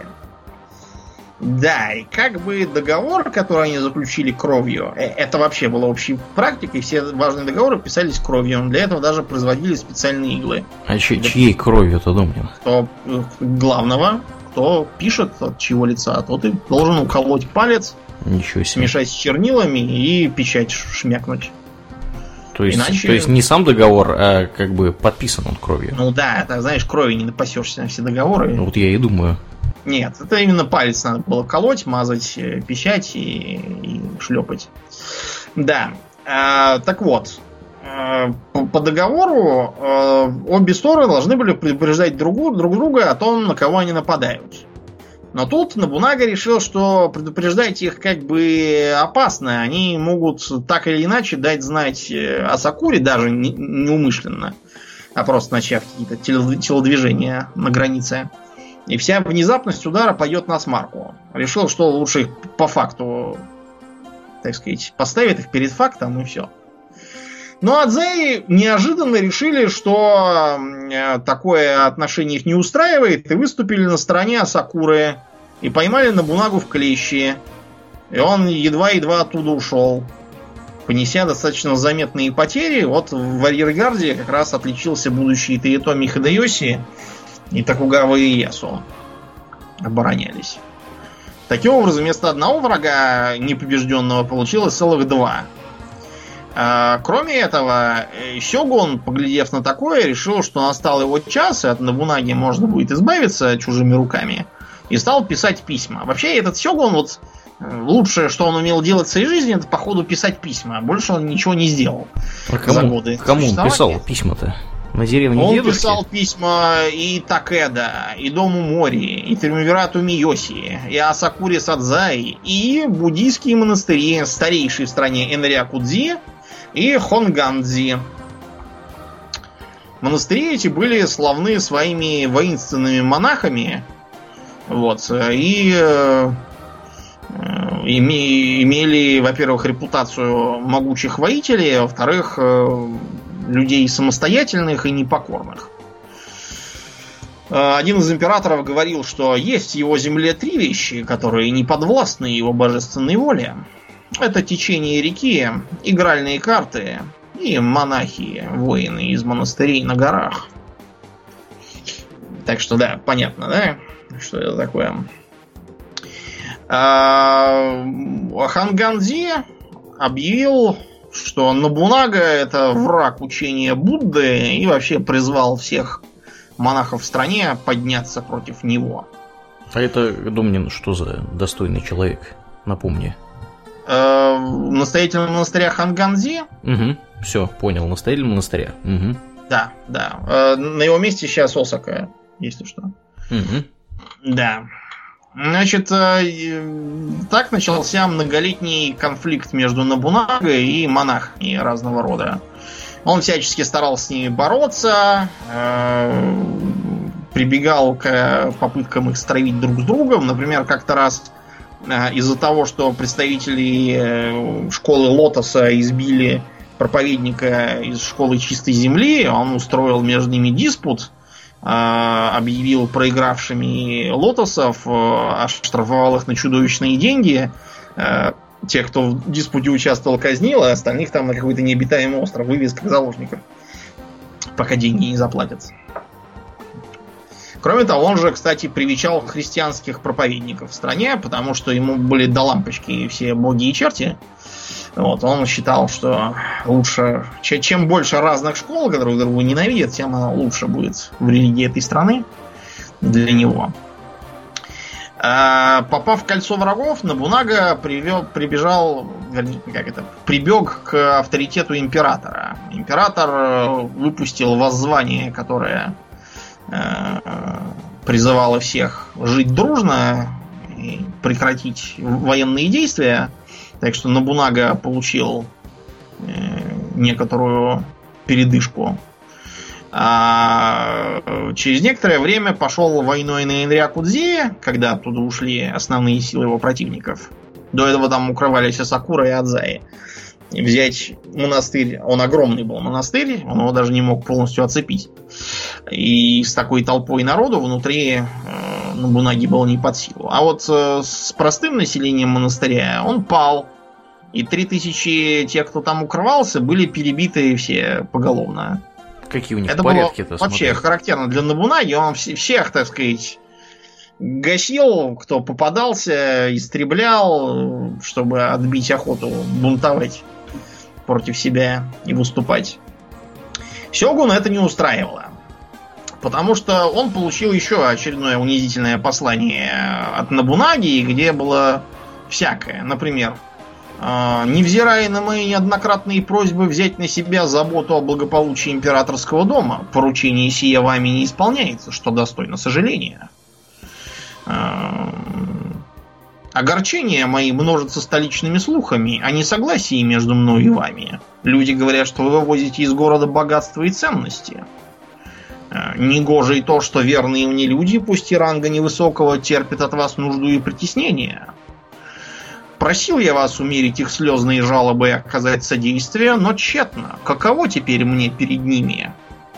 Speaker 2: Да, и как бы договор, который они заключили кровью, это вообще было общей практикой, все важные договоры писались кровью. Для этого даже производили специальные иглы.
Speaker 1: А чьей кровью-то, Домнин?
Speaker 2: Кто главного, кто пишет, от чьего лица, тот и должен уколоть палец,
Speaker 1: ничего себе,
Speaker 2: смешать с чернилами и печать шмякнуть.
Speaker 1: То есть не сам договор, а как бы подписан он кровью.
Speaker 2: Ну да, это, знаешь, кровью не напасешься на все договоры.
Speaker 1: Ну вот я и думаю.
Speaker 2: Нет, это именно палец надо было колоть, мазать, печать и шлепать. Да. Так вот, по договору обе стороны должны были предупреждать друг друга о том, на кого они нападают. Но тут Нобунага решил, что предупреждать их как бы опасно. Они могут так или иначе дать знать Асакуре, даже неумышленно, а просто начав какие-то телодвижения на границе. И вся внезапность удара пойдет на смарку. Решил, что лучше их по факту, так сказать, поставит их перед фактом и все. Но Адзаи неожиданно решили, что такое отношение их не устраивает, и выступили на стороне Асакуры. И поймали Нобунагу в клещи. И он едва-едва оттуда ушел, понеся достаточно заметные потери. Вот в арьергарде как раз отличился будущий Тоётоми Хидеёси и Токугава Иэясу. Оборонялись. Таким образом, вместо одного врага непобежденного получилось целых два. Кроме этого, сёгун, поглядев на такое, решил, что настал его час, и от Нобунаги можно будет избавиться чужими руками, и стал писать письма. Вообще, этот сёгун, вот лучшее, что он умел делать в своей жизни, это по ходу писать письма. Больше он ничего не сделал за годы.
Speaker 1: Кому он писал письма-то? На деревне
Speaker 2: он
Speaker 1: дедушки?
Speaker 2: Писал письма и Такеда, и Дому Мори, и Триумвирату Миёси, и Асакуре Садзай, и буддийские монастыри, старейшие в стране Энрякудзи и Хонгандзи. Монастыри эти были славны своими воинственными монахами, вот, и имели, во-первых, репутацию могучих воителей, а во-вторых, людей самостоятельных и непокорных. Один из императоров говорил, что есть в его земле три вещи, которые не подвластны его божественной воле. Это течение реки, игральные карты и монахи, воины из монастырей на горах. Так что да, понятно, да, что это такое. Хонгандзи объявил, что Нобунага это враг учения Будды, и вообще призвал всех монахов в стране подняться против него.
Speaker 1: А это, Домнин, что за достойный человек? напомни.
Speaker 2: Настоятель монастыря Ханганзи.
Speaker 1: Угу. Все, понял, настоятель монастыря. Угу.
Speaker 2: Да. На его месте сейчас Осака, если что.
Speaker 1: Угу.
Speaker 2: Да. Значит, так начался многолетний конфликт между Нобунага и монахами разного рода. Он всячески старался с ними бороться, прибегал к попыткам их стравить друг с другом. Например, как-то раз из-за того, что представители школы Лотоса избили проповедника из школы Чистой Земли, он устроил между ними диспут, объявил проигравшими Лотосов, оштрафовал их на чудовищные деньги. Тех, кто в диспуте участвовал, казнил, а остальных там на какой-то необитаемый остров вывез как заложников, пока деньги не заплатят. Кроме того, он же, кстати, привечал христианских проповедников в стране, потому что ему были до лампочки все боги и черти. Вот, он считал, что лучше, чем больше разных школ, которые друг друга ненавидят, тем лучше будет в религии этой страны для него. Попав в кольцо врагов, Нобунага прибег к авторитету императора. Император выпустил воззвание, которое призывало всех жить дружно и прекратить военные действия. Так что Нобунага получил некоторую передышку. А через некоторое время пошел войной на Энрякудзи, когда оттуда ушли основные силы его противников. До этого там укрывались Асакура и Адзаи. И взять монастырь, он огромный был монастырь, он его даже не мог полностью оцепить. И с такой толпой народу внутри Нобунаги было не под силу. А вот с простым населением монастыря он пал. И 3000 тех, кто там укрывался, были перебиты все поголовно.
Speaker 1: Какие у них
Speaker 2: это
Speaker 1: порядки-то?
Speaker 2: Было вообще характерно для Нобунаги. Он всех, так сказать, гасил, кто попадался, истреблял, чтобы отбить охоту бунтовать против себя и выступать. Сёгуна это не устраивало. Потому что он получил еще очередное унизительное послание от Нобунаги, где было всякое. Например, невзирая на мои неоднократные просьбы взять на себя заботу о благополучии императорского дома, поручение сие вами не исполняется, что достойно сожаления. Огорчения мои множатся столичными слухами о несогласии между мной и вами. Люди говорят, что вы вывозите из города богатства и ценности. Негоже и то, что верные мне люди, пусть и ранга невысокого, терпят от вас нужду и притеснение. Просил я вас умерить их слезные жалобы и оказать содействие, но тщетно. Каково теперь мне перед ними?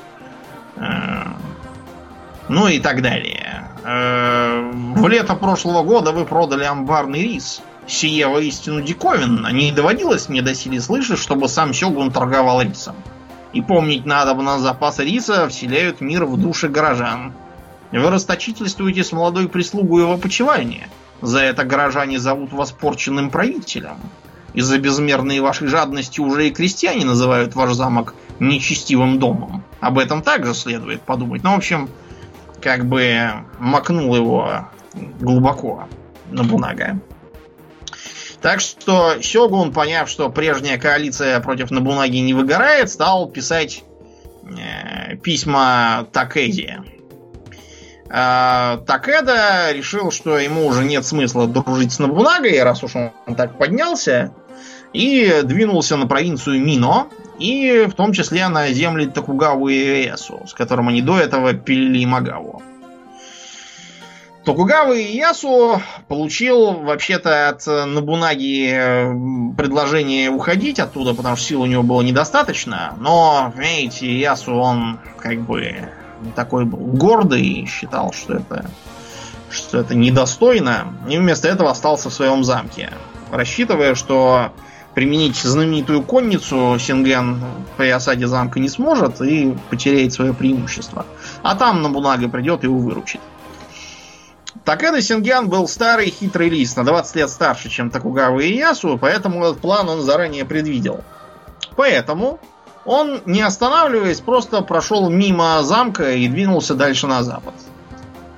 Speaker 2: Ну и так далее. В лето прошлого года вы продали амбарный рис. Сие воистину диковинно. Не доводилось мне доселе слышать, чтобы сам сёгун торговал рисом. И помнить надобно, запасы риса вселяют мир в души горожан. Вы расточительствуете с молодой прислугой в опочивальне. За это горожане зовут вас порченным правителем. Из-за безмерной вашей жадности уже и крестьяне называют ваш замок нечестивым домом. Об этом также следует подумать. Ну, в общем, как бы макнул его глубоко Нобунага. Так что Сёгун, поняв, что прежняя коалиция против Нобунаги не выгорает, стал писать письма Такэде. Такэда решил, что ему уже нет смысла дружить с Нобунагой, раз уж он так поднялся, и двинулся на провинцию Мино, и в том числе на земли Токугавы и Иэясу, с которым они до этого пилили Имагаву. Токугава Иэясу получил вообще-то от Нобунаги предложение уходить оттуда, потому что сил у него было недостаточно, но, понимаете, Иэясу, он как бы такой был гордый, считал, что это недостойно, и вместо этого остался в своем замке, рассчитывая, что применить знаменитую конницу Синген при осаде замка не сможет и потеряет свое преимущество. А там Нобунага придет и его выручит. Такэда Синген был старый хитрый лис, на 20 лет старше, чем Токугава Иэясу, поэтому этот план он заранее предвидел. Поэтому он, не останавливаясь, просто прошел мимо замка и двинулся дальше на запад.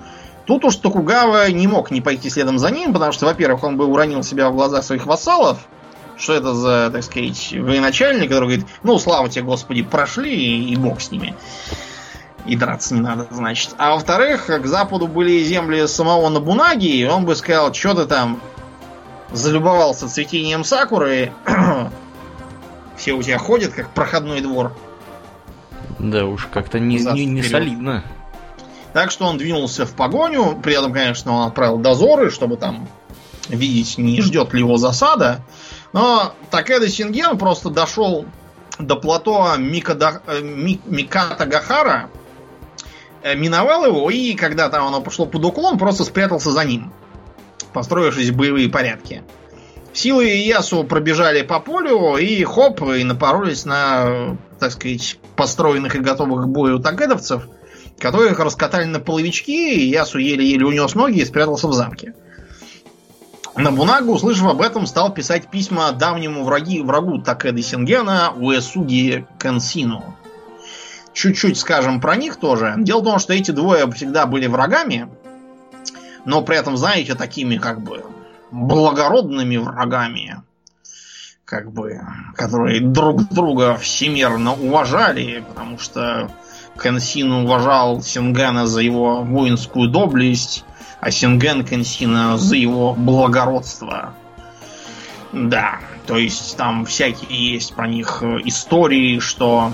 Speaker 2: Тут уж Токугава не мог не пойти следом за ним, потому что, во-первых, он бы уронил себя в глазах своих вассалов. Что это за, так сказать, военачальник, который говорит, ну, слава тебе, Господи, прошли, и бог с ними. И драться не надо, значит. А во-вторых, к западу были земли самого Нобунаги, и он бы сказал, что ты там залюбовался цветением сакуры, все у тебя ходят, как проходной двор.
Speaker 1: Да уж, как-то не солидно.
Speaker 2: Так что он двинулся в погоню, при этом, конечно, он отправил дозоры, чтобы там видеть, не ждет ли его засада. Но Такеда Синген просто дошел до плато Микатагахара, миновал его, и когда там оно пошло под уклон, просто спрятался за ним, построившись в боевые порядки. Силы Иясу пробежали по полю и хоп, и напоролись на, так сказать, построенных и готовых к бою такедовцев, которых раскатали на половички, и Иясу еле-еле унес ноги и спрятался в замке. Нобунага, услышав об этом, стал писать письма давнему врагу Такеды Сингена Уэсуги Кэнсину. Чуть-чуть скажем про них тоже. Дело в том, что эти двое всегда были врагами, но при этом, знаете, такими как бы благородными врагами, как бы, которые друг друга всемерно уважали, потому что Кэнсин уважал Сингена за его воинскую доблесть, а Синген Кэнсина за его благородство. Да, то есть там всякие есть про них истории, что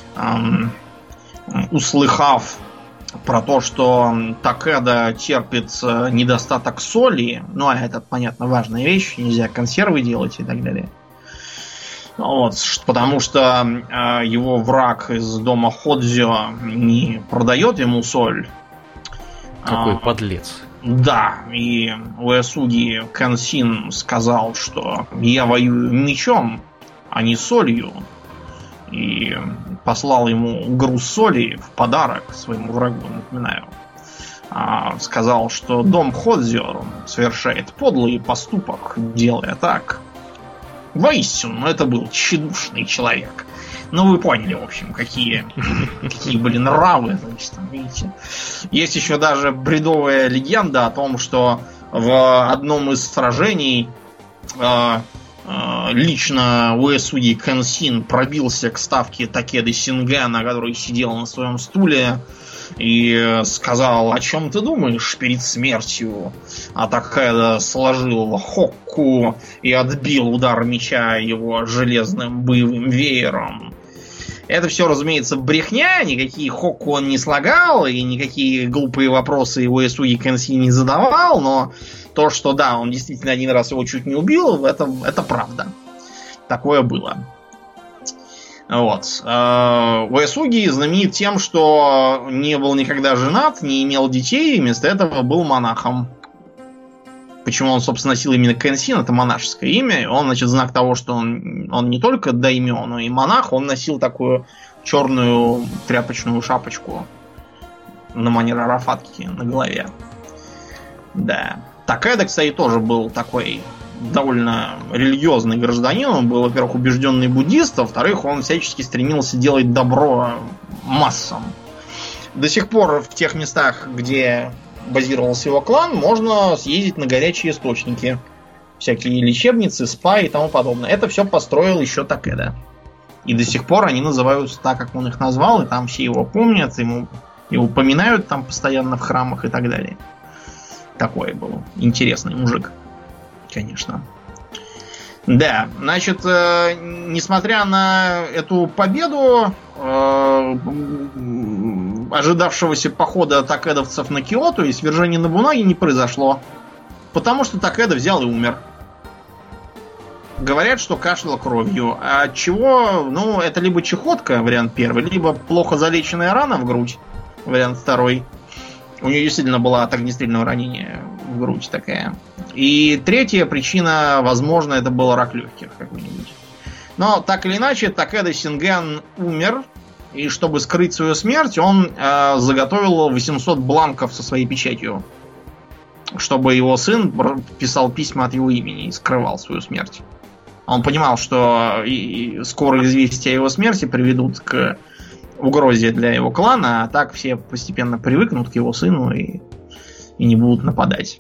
Speaker 2: услыхав про то, что Такеда терпит недостаток соли, ну, а это, понятно, важная вещь, нельзя консервы делать и так далее. Вот, потому что его враг из дома Ходзё не продает ему соль.
Speaker 1: Какой подлец.
Speaker 2: Да, и Уэсуги Кэнсин сказал, что я воюю мечом, а не солью. И послал ему груз соли в подарок своему врагу, напоминаю. Сказал, что дом Ходзё совершает подлый поступок, делая так. Воистину, это был тщедушный человек. Ну, вы поняли, в общем, какие были нравы. Значит, там, видите. Есть еще даже бредовая легенда о том, что в одном из сражений лично Уэсуги Кэнсин пробился к ставке Такеды Сингена, который сидел на своем стуле, и сказал: о чем ты думаешь перед смертью? А Такеда сложил хокку и отбил удар меча его железным боевым веером. Это все, разумеется, брехня, никакие хокку он не слагал, и никакие глупые вопросы Уэсуги Кэнсин не задавал, но то, что да, он действительно один раз его чуть не убил, это правда. Такое было. Вот. Уэсуги знаменит тем, что не был никогда женат, не имел детей, и вместо этого был монахом. Почему он, собственно, носил именно Кэнсин, это монашеское имя. Он, значит, знак того, что он не только даймё, но и монах. Он носил такую черную тряпочную шапочку на манер арафатки на голове. Да. Такеда, кстати, тоже был такой довольно религиозный гражданин. Он был, во-первых, убежденный буддист, а во-вторых, он всячески стремился делать добро массам. До сих пор в тех местах, где базировался его клан, можно съездить на горячие источники. Всякие лечебницы, спа и тому подобное. Это все построил еще Такеда. И до сих пор они называются так, как он их назвал, и там все его помнят, его упоминают там постоянно в храмах и так далее. Такой был интересный мужик, конечно. Да, значит, несмотря на эту победу, ожидавшегося похода такедовцев на Киото и свержения Нобунаги не произошло. Потому что Такеда взял и умер. Говорят, что кашлял кровью. А от чего? Ну, это либо чехотка, вариант первый, либо плохо залеченная рана в грудь, вариант второй. У нее действительно было от огнестрельного ранения в грудь такая. И третья причина, возможно, это был рак легких какой-нибудь. Но так или иначе, Такеда Синген умер. И чтобы скрыть свою смерть, он заготовил 800 бланков со своей печатью. Чтобы его сын писал письма от его имени и скрывал свою смерть. Он понимал, что скоро известия о его смерти приведут к угрозе для его клана, а так все постепенно привыкнут к его сыну, и и не будут нападать.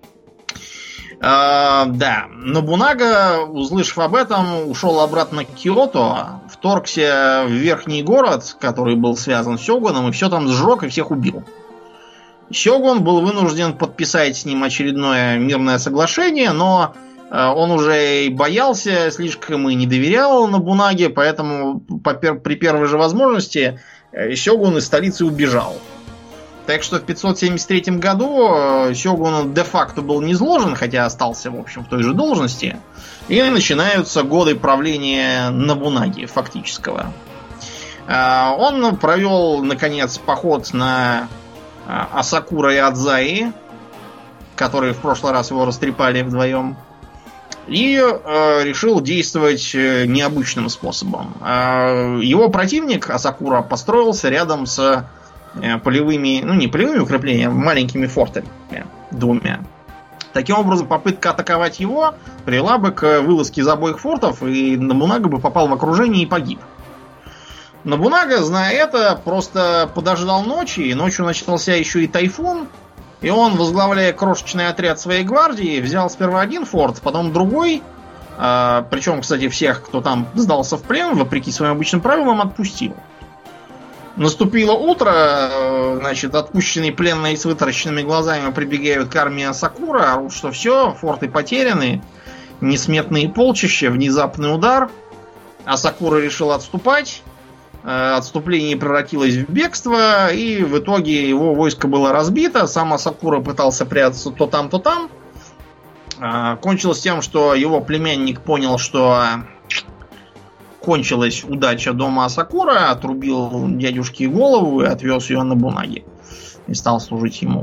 Speaker 2: Да, Нобунага, услышав об этом, ушел обратно к Киото, вторгся в верхний город, который был связан с сёгуном, и все там сжег и всех убил. Сёгун был вынужден подписать с ним очередное мирное соглашение, но он уже и боялся слишком и не доверял Нобунаге, поэтому при первой же возможности сёгун из столицы убежал. Так что в 573 году сёгун де-факто был низложен, хотя остался, в общем, в той же должности. И начинаются годы правления Нобунаги фактического. Он провел, наконец, поход на Асакура и Адзаи, которые в прошлый раз его растрепали вдвоем. И решил действовать необычным способом. Его противник, Асакура, построился рядом с полевыми, ну не полевыми укреплениями, а маленькими фортами, двумя. Таким образом, попытка атаковать его привела бы к вылазке из обоих фортов, и Нобунага бы попал в окружение и погиб. Нобунага, зная это, просто подождал ночи, и ночью начался еще и тайфун, и он, возглавляя крошечный отряд своей гвардии, взял сперва один форт, потом другой, причем, кстати, всех, кто там сдался в плен, вопреки своим обычным правилам, отпустил. Наступило утро, значит, отпущенные пленные с вытаращенными глазами прибегают к армии Асакура, орут, что все, форты потеряны, несметные полчища, внезапный удар. Асакура решил отступать, отступление превратилось в бегство, и в итоге его войско было разбито, сам Асакура пытался прятаться то там, то там. Кончилось тем, что его племянник понял, что кончилась удача дома Асакура, отрубил дядюшке голову и отвез ее на Нобунаге. И стал служить ему.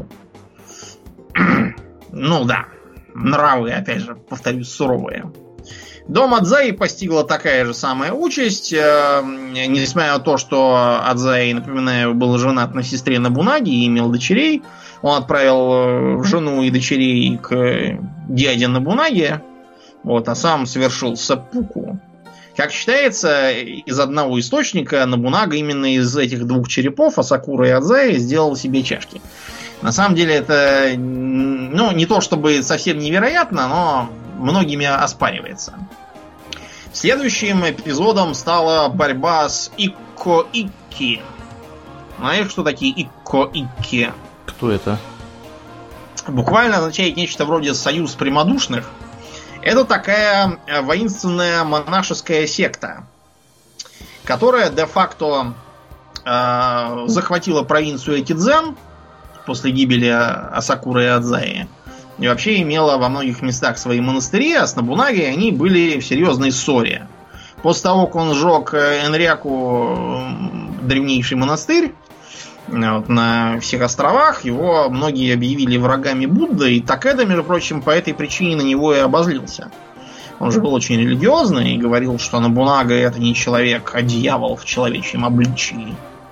Speaker 2: Ну да, нравы, опять же, повторюсь, суровые. Дом Адзаи постигла такая же самая участь. Несмотря на то, что Адзаи, напоминаю, был женат на сестре Нобунаги и имел дочерей, он отправил жену и дочерей к дяде Нобунаге, вот, а сам совершил сеппуку. Как считается, из одного источника Нобунага именно из этих двух черепов, Асакура и Адзаи, сделал себе чашки. На самом деле это, ну, не то чтобы совсем невероятно, но многими оспаривается. Следующим эпизодом стала борьба с Икко-Икки. Знаешь, что такие Икко-Икки?
Speaker 1: Кто это?
Speaker 2: Буквально означает нечто вроде «союз прямодушных». Это такая воинственная монашеская секта, которая де-факто захватила провинцию Экидзен после гибели Асакуры и Адзаи. И вообще имела во многих местах свои монастыри, а с Нобунагой они были в серьезной ссоре. После того, как он сжег Энряку, древнейший монастырь, вот, на всех островах, его многие объявили врагами Будды, и Такеда, между прочим, по этой причине на него и обозлился. Он же был очень религиозный и говорил, что Нобунага это не человек, а дьявол в человечьем обличии.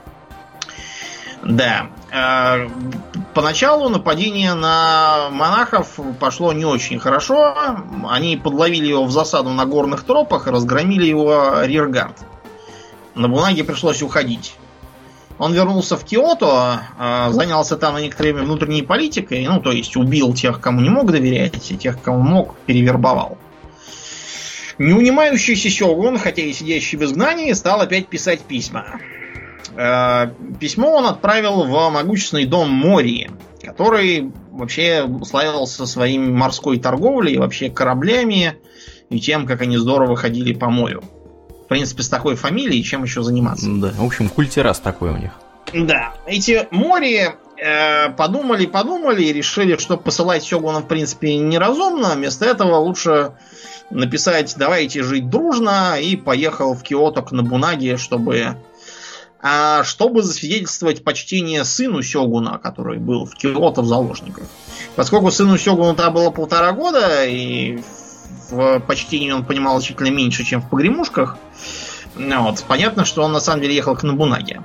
Speaker 2: Да. Поначалу нападение на монахов пошло не очень хорошо. Они подловили его в засаду на горных тропах и разгромили его риргард. Нобунаге пришлось уходить. Он вернулся в Киото, занялся там на некоторое время внутренней политикой, ну, то есть убил тех, кому не мог доверять, и тех, кому мог, перевербовал. Неунимающийся сёгун, хотя и сидящий в изгнании, стал опять писать письма. Письмо он отправил в могущественный дом Мории, который вообще славился своей морской торговлей, вообще кораблями и тем, как они здорово ходили по морю. В принципе, с такой фамилией чем еще заниматься?
Speaker 1: Да, в общем, культурас такой у них.
Speaker 2: Да, эти Мори подумали и решили, что посылать сёгуна в принципе неразумно. Вместо этого лучше написать «давайте жить дружно», и поехал в Киото к Нобунаге, чтобы засвидетельствовать почтение сыну сёгуна, который был в Киото в заложниках. Поскольку сыну сёгуна было 1,5 года, и в почтении он понимал значительно меньше, чем в погремушках, вот, понятно, что он на самом деле ехал к Нобунаге.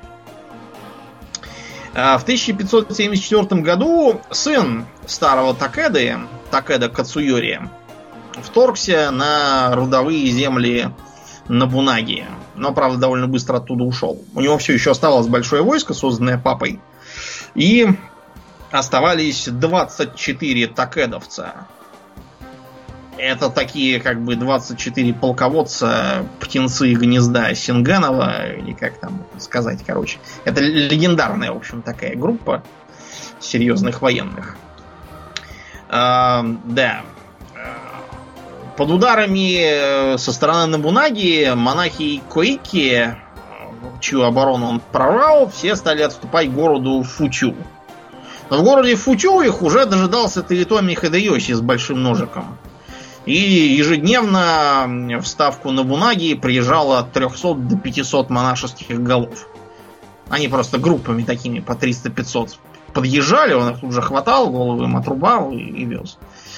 Speaker 2: В 1574 году сын старого Такеды, Такеда Кацуйори, вторгся на родовые земли Нобунаги, но, правда, довольно быстро оттуда ушел. У него все еще оставалось большое войско, созданное папой. И оставались 24 такедовца. Это такие, как бы, 24 полководца, птенцы гнезда Сингенова, или как там сказать, короче. Это легендарная, в общем, такая группа серьезных военных. Да. Под ударами со стороны Нобунаги монахи Коики, чью оборону он прорвал, все стали отступать к городу Фучу. Но в городе Фучу их уже дожидался Тоитоми Хидэёси с большим ножиком. И ежедневно в ставку Нобунаги приезжало от 300 до 500 монашеских голов. Они просто группами такими по 300-500 подъезжали, он их тут же хватал, головы им отрубал и вез.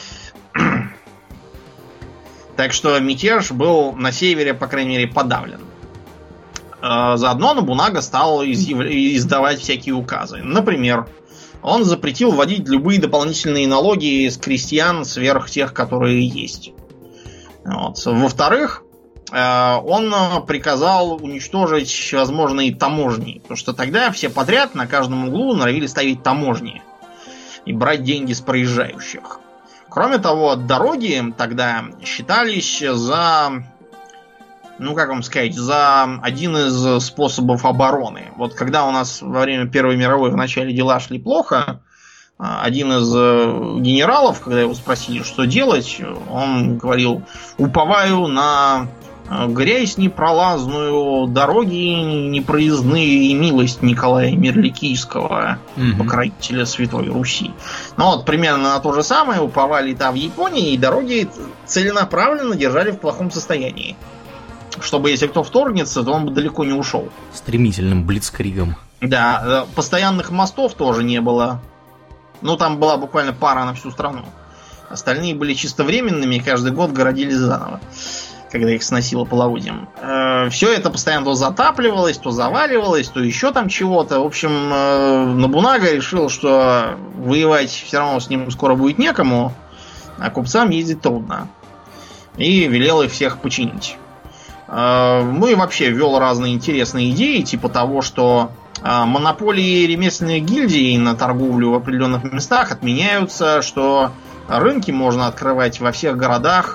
Speaker 2: Так что мятеж был на севере, по крайней мере, подавлен. Заодно Нобунага стал издавать всякие указы. Например, он запретил вводить любые дополнительные налоги с крестьян сверх тех, которые есть. Вот. Во-вторых, он приказал уничтожить всевозможные таможни. Потому что тогда все подряд на каждом углу норовили ставить таможни и брать деньги с проезжающих. Кроме того, дороги тогда считались за, ну как вам сказать, за один из способов обороны. Вот когда у нас во время Первой мировой в начале дела шли плохо, один из генералов, когда его спросили, что делать, он говорил: уповаю на грязь непролазную, дороги непроездные и милость Николая Мирликийского, покровителя Святой Руси. Ну вот, примерно на то же самое уповали там в Японии, и дороги целенаправленно держали в плохом состоянии. Чтобы, если кто вторгнется, то он бы далеко не ушел.
Speaker 1: Стремительным блицкригом.
Speaker 2: Да, постоянных мостов тоже не было. Ну, там была буквально пара на всю страну. Остальные были чисто временными, и каждый год городились заново, когда их сносило половодьем. Все это постоянно то затапливалось, то заваливалось, то еще там чего-то. В общем, Нобунага решил, что воевать все равно с ним скоро будет некому, а купцам ездить трудно. И велел их всех починить. Ну и вообще ввел разные интересные идеи, типа того, что монополии ремесленных гильдий на торговлю в определенных местах отменяются, что рынки можно открывать во всех городах,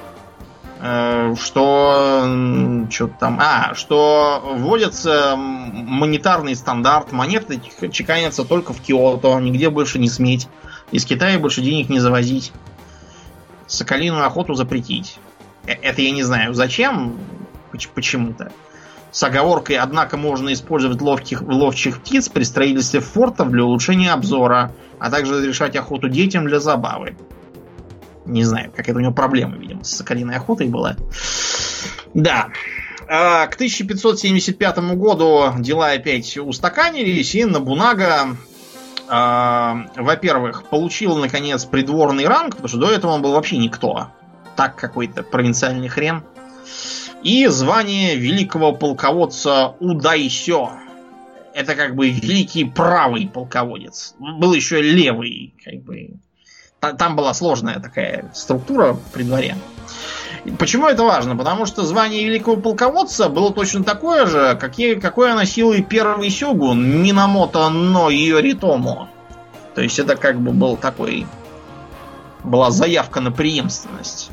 Speaker 2: что вводится монетарный стандарт, монеты чеканятся только в Киото, нигде больше не сметь, из Китая больше денег не завозить, соколиную охоту запретить. Это я не знаю зачем, почему-то. С оговоркой, однако, можно использовать ловчих птиц при строительстве фортов для улучшения обзора, а также разрешать охоту детям для забавы. Не знаю, какая-то у него проблема, видимо, с соколиной охотой была. Да. К 1575 году дела опять устаканились, и Нобунага, во-первых, получил, наконец, придворный ранг, потому что до этого он был вообще никто. Так, какой-то провинциальный хрен. И звание великого полководца Удайсё. Это как бы великий правый полководец. Был еще левый, как бы. Там была сложная такая структура при дворе. Почему это важно? Потому что звание великого полководца было точно такое же, какое носил и первый сёгун Минамото но Йоритомо. То есть это как бы был такой... была заявка на преемственность.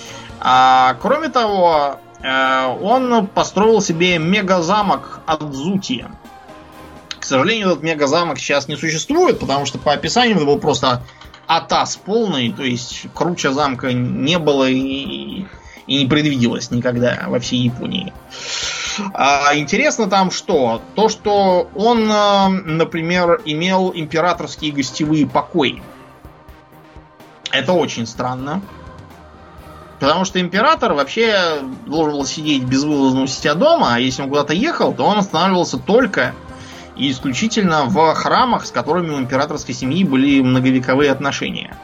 Speaker 2: А кроме того, он построил себе мегазамок Адзути. К сожалению, этот мегазамок сейчас не существует, потому что по описанию это был просто атас полный, то есть круче замка не было и не предвиделось никогда во всей Японии. Интересно там что? То, что он, например, имел императорские гостевые покои. Это очень странно. Потому что император вообще должен был сидеть безвылазно у себя дома, а если он куда-то ехал, то он останавливался только и исключительно в храмах, с которыми у императорской семьи были многовековые отношения.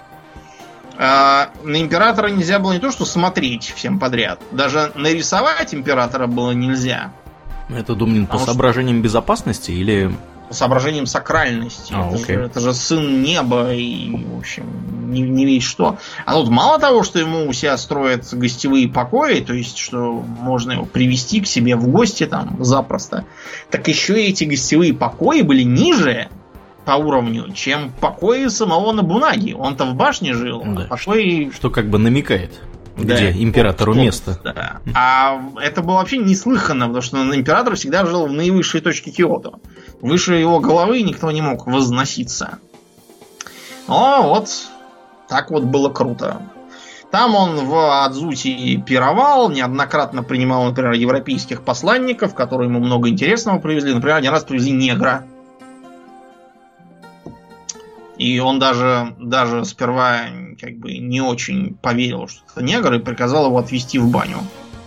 Speaker 2: На императора нельзя было не то что смотреть всем подряд, даже нарисовать императора было нельзя.
Speaker 1: Это, Думнин, по соображениям безопасности или...
Speaker 2: По соображениям сакральности. Это же сын неба и, в общем, не весь что. А тут мало того, что ему у себя строят гостевые покои, то есть, что можно его привести к себе в гости там запросто, так еще и эти гостевые покои были ниже по уровню, чем покои самого Нобунаги. Он-то в башне жил.
Speaker 1: Да,
Speaker 2: покои...
Speaker 1: что как бы намекает, где
Speaker 2: да,
Speaker 1: императору место.
Speaker 2: Да. А это было вообще неслыханно, потому что император всегда жил в наивысшей точке Киото. Выше его головы никто не мог возноситься. Но вот так вот было круто. Там он в Адзути пировал, неоднократно принимал, например, европейских посланников, которые ему много интересного привезли. Например, один раз привезли негра. И он даже сперва как бы не очень поверил, что это негр, и приказал его отвезти в баню.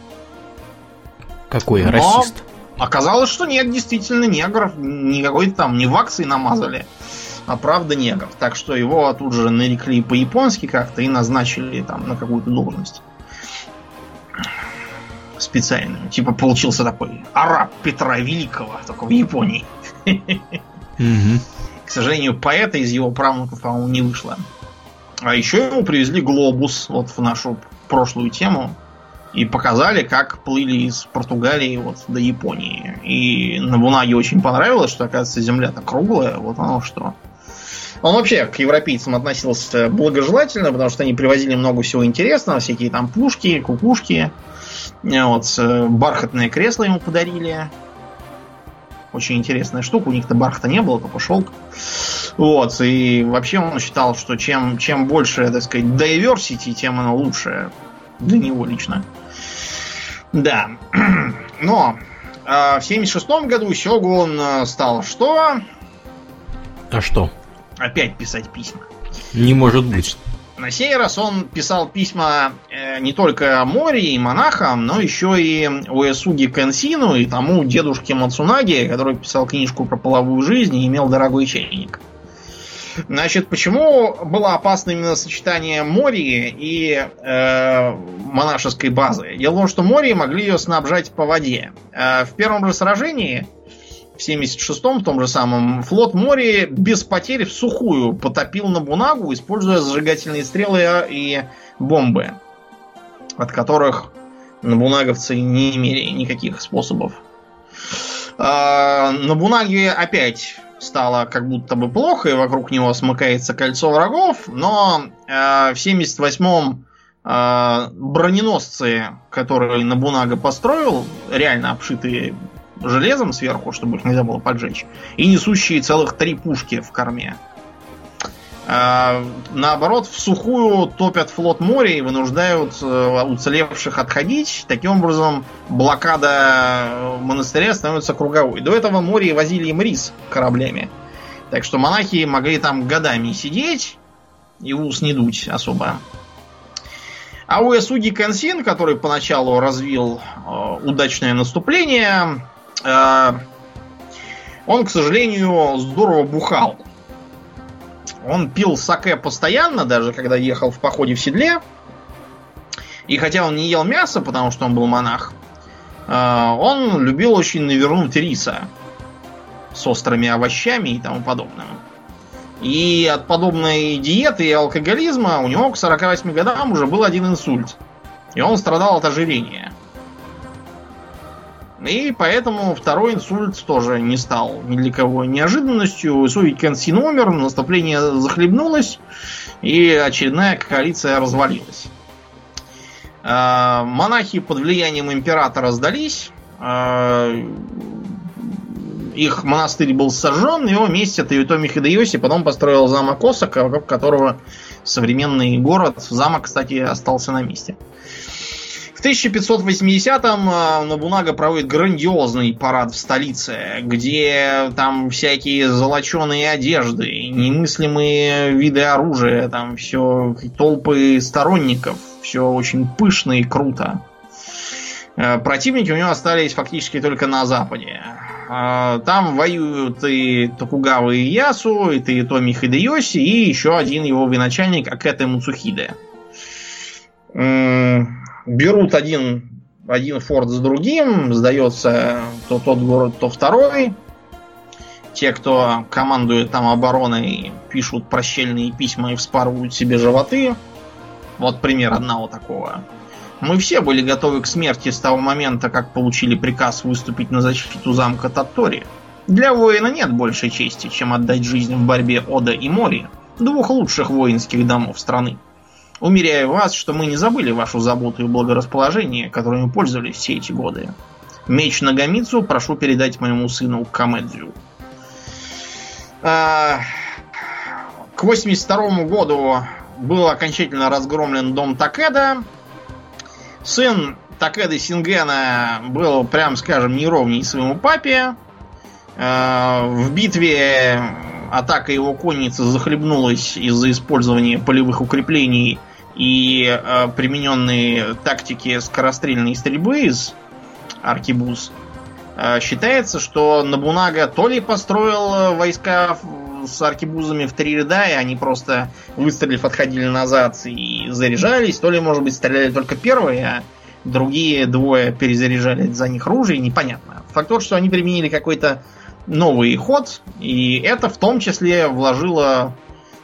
Speaker 1: Какой расист.
Speaker 2: Оказалось, что нет, действительно негр. Не какой-то там, не ваксой намазали, а правда негр. Так что его тут же нарекли по-японски как-то и назначили там на какую-то должность специальную. Типа получился такой араб Петра Великого, только в Японии. К сожалению, поэта из его правнуков, по-моему, не вышло. А еще ему привезли глобус вот в нашу прошлую тему и показали, как плыли из Португалии вот до Японии. И Нобунаге очень понравилось, что, оказывается, земля-то круглая. Вот оно что. Он вообще к европейцам относился благожелательно, потому что они привозили много всего интересного, всякие там пушки, кукушки. Вот, бархатное кресло ему подарили. Очень интересная штука. У них-то бархата не было, только шелк. Вот, и вообще он считал, что чем больше, так сказать, diversity, тем оно лучше для него лично. Да. Но в 1976 году Сёгун стал что?
Speaker 1: А что?
Speaker 2: Опять писать письма.
Speaker 1: Не может быть.
Speaker 2: На сей раз он писал письма не только Мори и монахам, но еще и Уэсуги Кэнсину и тому дедушке Мацунаге, который писал книжку про половую жизнь и имел дорогой чайник. Значит, почему было опасно именно сочетание Мори и монашеской базы? Дело в том, что Мори могли ее снабжать по воде. В первом же сражении, в 76-м, в том же самом, флот Мори без потерь в сухую потопил Нобунагу, используя зажигательные стрелы и бомбы, от которых нобунаговцы не имели никаких способов. Нобунаге опять стало как будто бы плохо, и вокруг него смыкается кольцо врагов, но в 78-м броненосцы, которые Нобунага построил, реально обшитые железом сверху, чтобы их нельзя было поджечь, и несущие целых 3 пушки в корме. Наоборот, в сухую топят флот Мори и вынуждают уцелевших отходить. Таким образом, блокада монастыря становится круговой. До этого Мори возили им рис кораблями. Так что монахи могли там годами сидеть и в ус не дуть особо. А Уэсуги Кэнсин, который поначалу развил удачное наступление, он, к сожалению, здорово бухал. Он пил саке постоянно, даже когда ехал в походе в седле. И хотя он не ел мясо, потому что он был монах, он любил очень навернуть риса с острыми овощами и тому подобным. И от подобной диеты и алкоголизма у него к 48 годам уже был один инсульт. И он страдал от ожирения. И поэтому второй инсульт тоже не стал ни для кого неожиданностью. Уэсуги Кэнсин умер, наступление захлебнулось, и очередная коалиция развалилась. Монахи под влиянием императора сдались. Их монастырь был сожжен, его месте Тоётоми Хидэёси потом построил замок Осака, вокруг которого современный город, замок, кстати, остался на месте. В 1580-м Нобунага проводит грандиозный парад в столице, где там всякие золоченые одежды, немыслимые виды оружия, там все толпы сторонников, все очень пышно и круто. Противники у него остались фактически только на западе. Там воюют и Токугава Иясу, и Тоётоми Хидэёси, и еще один его военачальник Акэте Муцухиде. Берут один форт за другим, сдается то тот город, то второй. Те, кто командует там обороной, пишут прощальные письма и вспарывают себе животы. Вот пример одного такого. Мы все были готовы к смерти с того момента, как получили приказ выступить на защиту замка Таттори. Для воина нет большей чести, чем отдать жизнь в борьбе Ода и Мори, двух лучших воинских домов страны. Уверяю вас, что мы не забыли вашу заботу и благорасположение, которыми пользовались все эти годы. Меч Нагамицу прошу передать моему сыну Камэдзю. К 82 году был окончательно разгромлен дом Такеда. Сын Такеды Сингена был, прям скажем, неровней своему папе. В битве атака его конницы захлебнулась из-за использования полевых укреплений и примененной тактики скорострельной стрельбы из аркебуз. Считается, что Нобунага то ли построил войска с аркебузами в 3 ряда, и они просто, выстрелив, отходили назад и заряжались, то ли, может быть, стреляли только первые, а другие двое перезаряжали за них ружье, непонятно. Факт тот, что они применили какой-то новый ход, и это в том числе вложило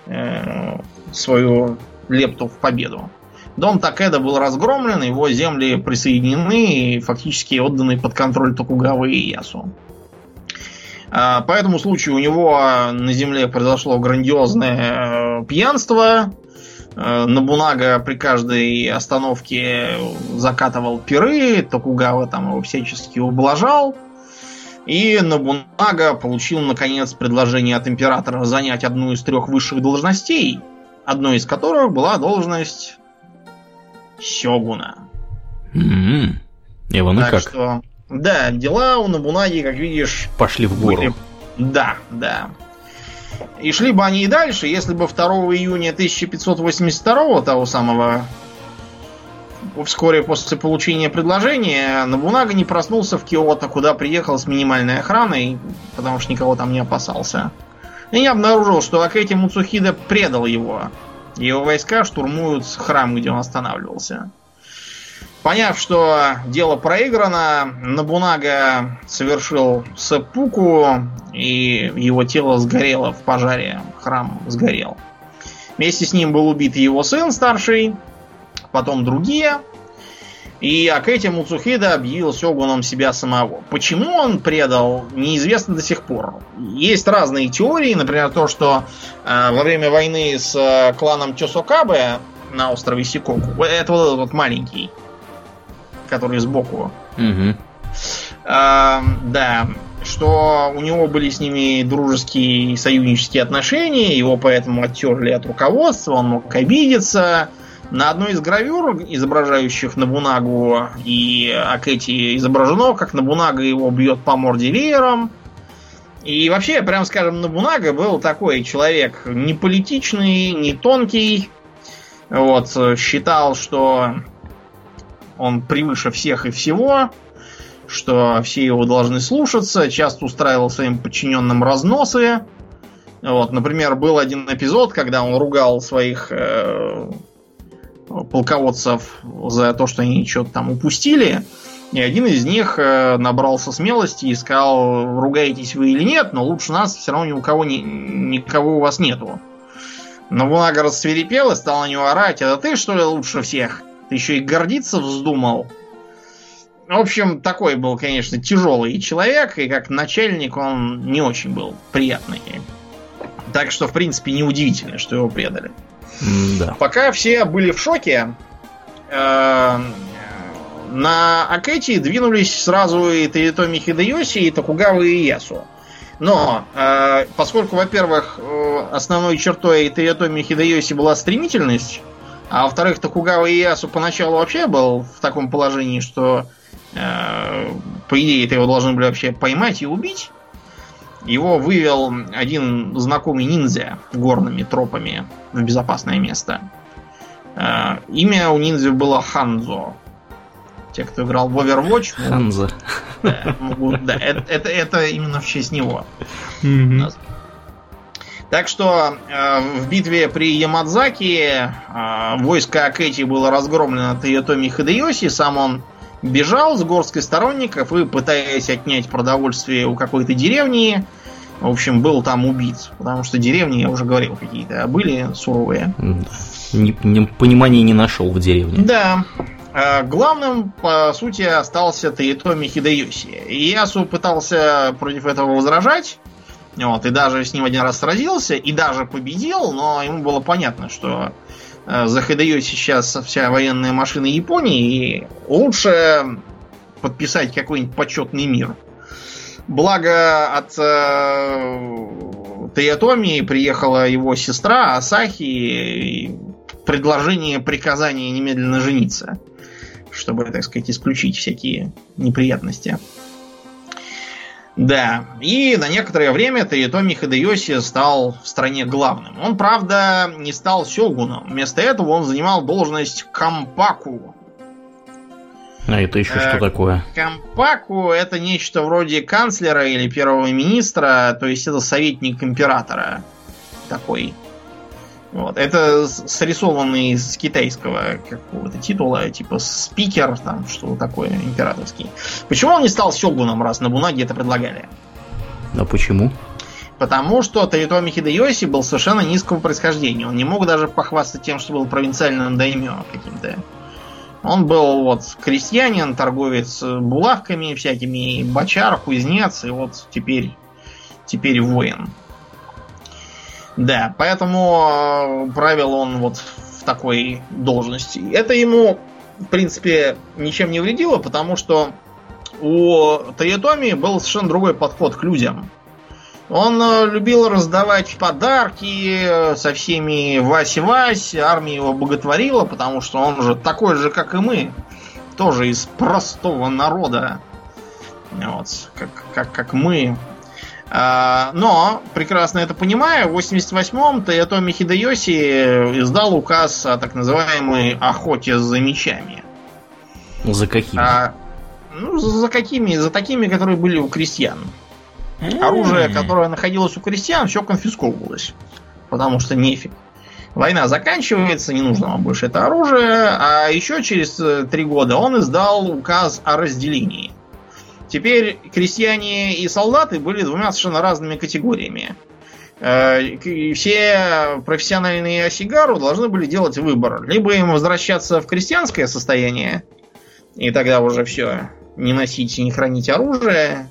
Speaker 2: свою лепту в победу. Дом Такеда был разгромлен, его земли присоединены и фактически отданы под контроль Токугавы Иэясу. По этому случаю у него на земле произошло грандиозное пьянство. Нобунага при каждой остановке закатывал пиры, Токугава там его всячески ублажал. И Нобунага получил, наконец, предложение от императора занять одну из 3 высших должностей, одной из которых была должность сёгуна.
Speaker 1: И вон и
Speaker 2: так
Speaker 1: как.
Speaker 2: Что, да, дела у Нобунаги, как видишь,
Speaker 1: пошли в гору.
Speaker 2: Да. И шли бы они и дальше, если бы 2 июня 1582, того самого, вскоре после получения предложения, Нобунага не проснулся в Киото, куда приехал с минимальной охраной, потому что никого там не опасался. И не обнаружил, что Акэти Муцухида предал его. Его войска штурмуют храм, где он останавливался. Поняв, что дело проиграно, Нобунага совершил сэппуку, и его тело сгорело в пожаре. Храм сгорел. Вместе с ним был убит его сын старший, потом другие. И Акэти Муцухида объявил сёгуном себя самого. Почему он предал, неизвестно до сих пор. Есть разные теории, например, то, что во время войны с кланом Тёсокабе на острове Сикоку, это вот маленький, который сбоку, да, что у него были с ними дружеские и союзнические отношения, его поэтому оттерли от руководства, он мог обидеться. На одной из гравюр, изображающих Нобунагу и Акэти, изображено, как Нобунага его бьет по морде веером. И вообще, прям скажем, Нобунага был такой человек не политичный, не тонкий. Вот, считал, что он превыше всех и всего, что все его должны слушаться, часто устраивал своим подчиненным разносы. Вот, например, был один эпизод, когда он ругал своих полководцев за то, что они что-то там упустили. И один из них набрался смелости и сказал: ругаетесь вы или нет, но лучше нас все равно никого у вас нету. Нобунага рассвирепел и стал на него орать: это ты, что ли, лучше всех? Ты еще и гордиться вздумал. В общем, такой был, конечно, тяжелый человек, и как начальник он не очень был приятный. Так что, в принципе, неудивительно, что его предали.
Speaker 1: Да.
Speaker 2: Пока все были в шоке, на Акэти двинулись сразу и Тоётоми Хидэёси, и Токугава Иэясу. Но, поскольку, во-первых, основной чертой Тоётоми Хидэёси была стремительность, а во-вторых, Токугава Иэясу поначалу вообще был в таком положении, что, по идее, его должны были вообще поймать и убить, его вывел один знакомый ниндзя горными тропами в безопасное место. Имя у ниндзя было Ханзо. Те, кто играл в Overwatch...
Speaker 1: Ханзо.
Speaker 2: Да, это именно в честь него. Так что в битве при Ямадзаки войско Акэти было разгромлено Тоётоми Хидэёси, сам он бежал с горсткой сторонников и, пытаясь отнять продовольствие у какой-то деревни, в общем, был там убит. Потому что деревни, я уже говорил, какие-то были суровые.
Speaker 1: Понимания не нашел в деревне.
Speaker 2: Да. Главным, по сути, остался Тоётоми Хидэёси. Иэясу пытался против этого возражать, вот, и даже с ним один раз сразился, и даже победил, но ему было понятно, что за Хидэёси сейчас вся военная машина Японии, и лучше подписать какой-нибудь почетный мир. Благо от Тоётоми приехала его сестра Асахи, и предложение приказания немедленно жениться, чтобы, так сказать, исключить всякие неприятности. Да, и на некоторое время Тоётоми Хидэёси стал в стране главным. Он, правда, не стал сёгуном. Вместо этого он занимал должность кампаку.
Speaker 1: А это еще что такое?
Speaker 2: Кампаку — это нечто вроде канцлера или первого министра, то есть это советник императора такой. Вот. Это срисованный с китайского какого-то титула, типа спикер, там что такое императорский. Почему он не стал сёгуном, раз на бумаге это предлагали?
Speaker 1: А почему?
Speaker 2: Потому что Тоётоми Хидэёси был совершенно низкого происхождения. Он не мог даже похвастаться тем, что был провинциальным даймё каким-то. Он был вот крестьянин, торговец булавками всякими, бочар, кузнец, и вот теперь воин. Да, поэтому правил он вот в такой должности. Это ему, в принципе, ничем не вредило, потому что у Тоётоми был совершенно другой подход к людям. Он любил раздавать подарки со всеми вась-вась, армия его боготворила, потому что он же такой же, как и мы, тоже из простого народа, вот, как мы. Но, прекрасно это понимая, в 88-м Тоётоми Хидэёси издал указ о так называемой охоте за мечами.
Speaker 1: За какими?
Speaker 2: За какими? За такими, которые были у крестьян. Оружие, которое находилось у крестьян, все конфисковывалось. Потому что нефиг. Война заканчивается, не нужно вам больше это оружие. А еще через 3 года он издал указ о разделении. Теперь крестьяне и солдаты были двумя совершенно разными категориями. Все профессиональные асигару должны были делать выбор. Либо им возвращаться в крестьянское состояние, и тогда уже все, не носить и не хранить оружие,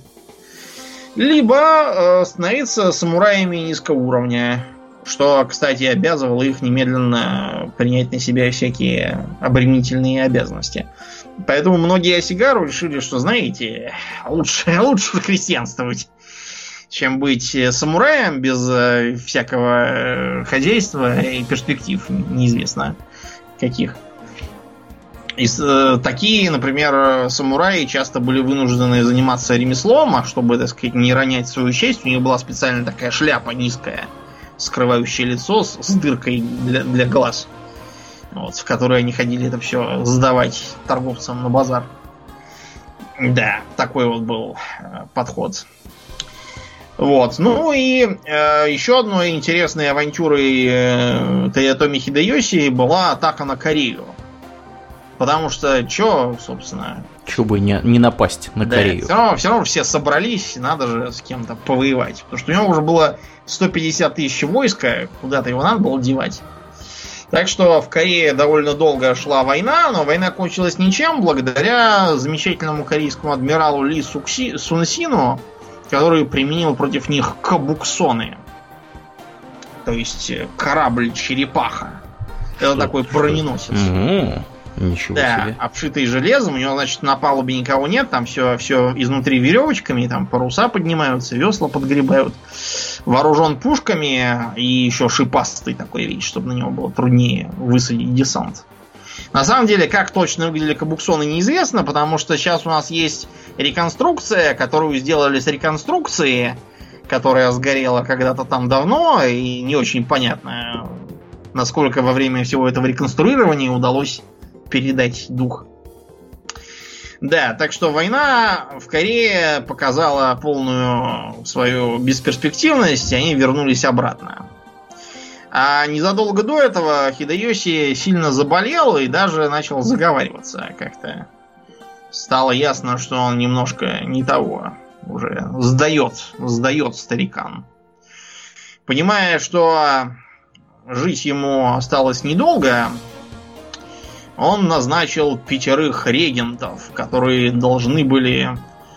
Speaker 2: либо становиться самураями низкого уровня, что, кстати, обязывало их немедленно принять на себя всякие обременительные обязанности. Поэтому многие асигару решили, что, знаете, лучше крестьянствовать, чем быть самураем без всякого хозяйства и перспектив неизвестно каких. И такие, например, самураи часто были вынуждены заниматься ремеслом, а чтобы, так сказать, не ронять свою честь, у них была специальная такая шляпа низкая, скрывающая лицо с дыркой для глаз, вот, в которой они ходили это все сдавать торговцам на базар. Да, такой вот был подход. Вот. Ну и еще одной интересной авантюрой Тоётоми Хидэёси была атака на Корею. Потому что, собственно...
Speaker 1: Чё бы не напасть на Корею.
Speaker 2: Все равно все собрались, надо же с кем-то повоевать. Потому что у него уже было 150 тысяч войска, куда-то его надо было девать. Так что в Корее довольно долго шла война, но война кончилась ничем, благодаря замечательному корейскому адмиралу Ли Сунсину, который применил против них кабуксоны. То есть корабль-черепаха. Это такой броненосец.
Speaker 1: Ничего
Speaker 2: себе. Обшитый железом, у него, значит, на палубе никого нет, там все изнутри веревочками, там паруса поднимаются, весла подгребают. Вооружен пушками и еще шипастый такой вид, чтобы на него было труднее высадить десант. На самом деле, как точно выглядели кабуксоны, неизвестно, потому что сейчас у нас есть реконструкция, которую сделали с реконструкции, которая сгорела когда-то там давно, и не очень понятно, насколько во время всего этого реконструирования удалось передать дух. Да, так что война в Корее показала полную свою бесперспективность, и они вернулись обратно. А незадолго до этого Хидэёси сильно заболел и даже начал заговариваться как-то. Стало ясно, что он немножко не того. Уже сдает старикан. Понимая, что жить ему осталось недолго, он назначил 5 регентов, которые должны были,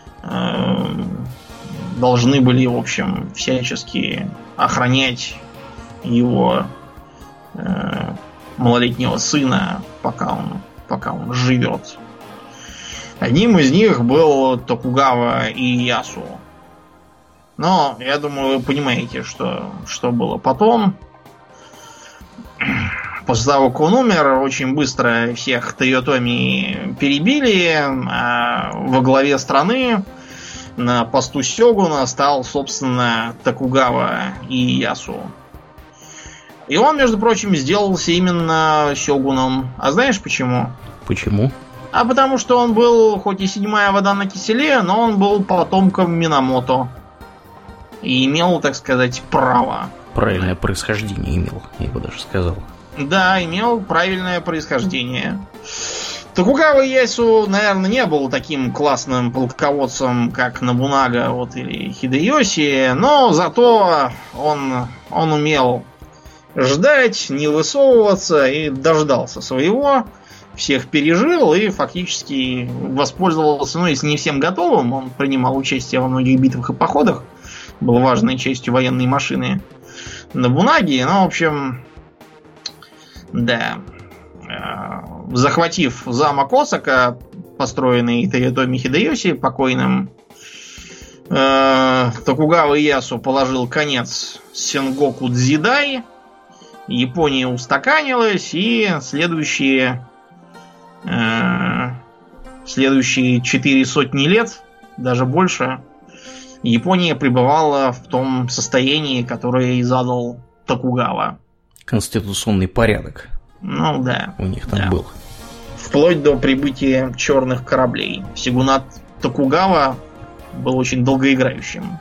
Speaker 2: в общем, всячески охранять его малолетнего сына, пока он живет. Одним из них был Токугава Иеясу. Но, я думаю, вы понимаете, что было потом. После того, как он умер, очень быстро всех Тойотоми перебили, а во главе страны на посту сёгуна стал, собственно, Токугава Иеясу. И он, между прочим, сделался именно сёгуном. А знаешь почему?
Speaker 1: Почему?
Speaker 2: А потому что он был, хоть и 7-я вода на киселе, но он был потомком Минамото. И имел, так сказать, право.
Speaker 1: Правильное происхождение имел, я бы даже сказал.
Speaker 2: Да, имел правильное происхождение. Токугава Иеясу, наверное, не был таким классным полководцем, как Нобунага или Хидэёси, но зато он умел ждать, не высовываться и дождался своего, всех пережил и фактически воспользовался, если не всем готовым, он принимал участие во многих битвах и походах, был важной частью военной машины Нобунаги, в общем, да. Захватив замок Осака, построенный Тоётоми Хидэёси покойным, Токугава Иеясу положил конец Сенгоку Дзидай, Япония устаканилась, и следующие 400 лет, даже больше, Япония пребывала в том состоянии, которое и задал Токугава.
Speaker 1: Конституционный порядок.
Speaker 2: Ну да.
Speaker 1: У них там был.
Speaker 2: Вплоть до прибытия черных кораблей. Сёгунат Токугава был очень долгоиграющим.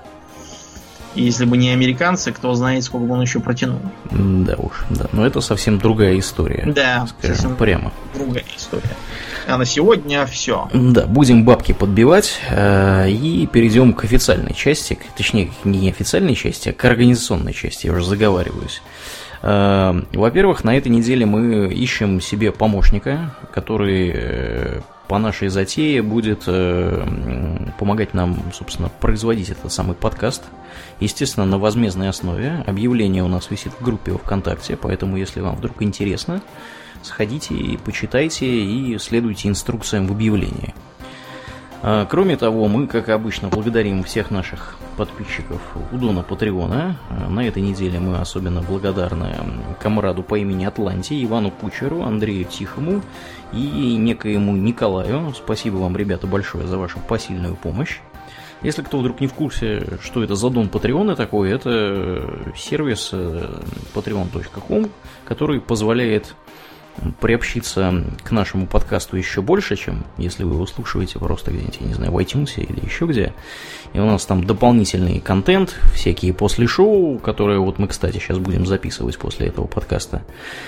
Speaker 2: И если бы не американцы, кто знает, сколько бы он еще протянул.
Speaker 1: Да уж, да. Но это совсем другая история.
Speaker 2: Да,
Speaker 1: скажем прямо.
Speaker 2: Другая история. А на сегодня все.
Speaker 1: Да, будем бабки подбивать и перейдем к официальной части. Точнее, не официальной части, а к организационной части. Я уже заговариваюсь. Во-первых, на этой неделе мы ищем себе помощника, который по нашей затее будет помогать нам, собственно, производить этот самый подкаст. Естественно, на возмездной основе. Объявление у нас висит в группе ВКонтакте, поэтому, если вам вдруг интересно, сходите и почитайте, и следуйте инструкциям в объявлении. Кроме того, мы, как обычно, благодарим всех наших подписчиков у Дона Патреона. На этой неделе мы особенно благодарны комраду по имени Атлантий, Ивану Кучеру, Андрею Тихому и некоему Николаю. Спасибо вам, ребята, большое за вашу посильную помощь. Если кто вдруг не в курсе, что это за Дон Патреона такой, это сервис patreon.com, который позволяет приобщиться к нашему подкасту еще больше, чем если вы его слушаете просто где-нибудь, я не знаю, в iTunes или еще где. И у нас там дополнительный контент, всякие после шоу, которые мы, кстати, сейчас будем записывать после этого подкаста.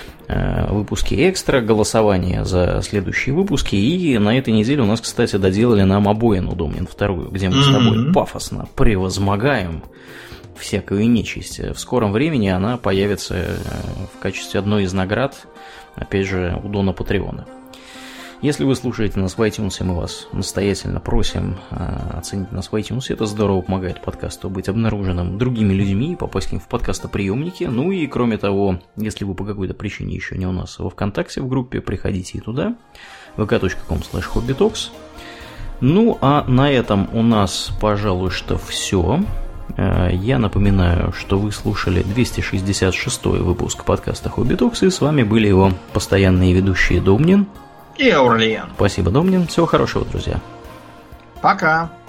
Speaker 1: Выпуски экстра, голосование за следующие выпуски. И на этой неделе у нас, кстати, доделали нам обоину Домнин вторую, где мы с тобой пафосно превозмогаем всякую нечисть. В скором времени она появится в качестве одной из наград, опять же, у Дона Патреона. Если вы слушаете нас в iTunes, мы вас настоятельно просим оценить нас в iTunes. Это здорово помогает подкасту быть обнаруженным другими людьми, попасть к ним в подкастоприемники. Ну и кроме того, если вы по какой-то причине еще не у нас во ВКонтакте в группе, приходите и туда, vk.com/hobbytalks. Ну а на этом у нас, пожалуй, что все. Я напоминаю, что вы слушали 266-й выпуск подкаста Hobby Talks, и с вами были его постоянные ведущие Домнин
Speaker 2: и Аурлиен.
Speaker 1: Спасибо, Домнин. Всего хорошего, друзья.
Speaker 2: Пока.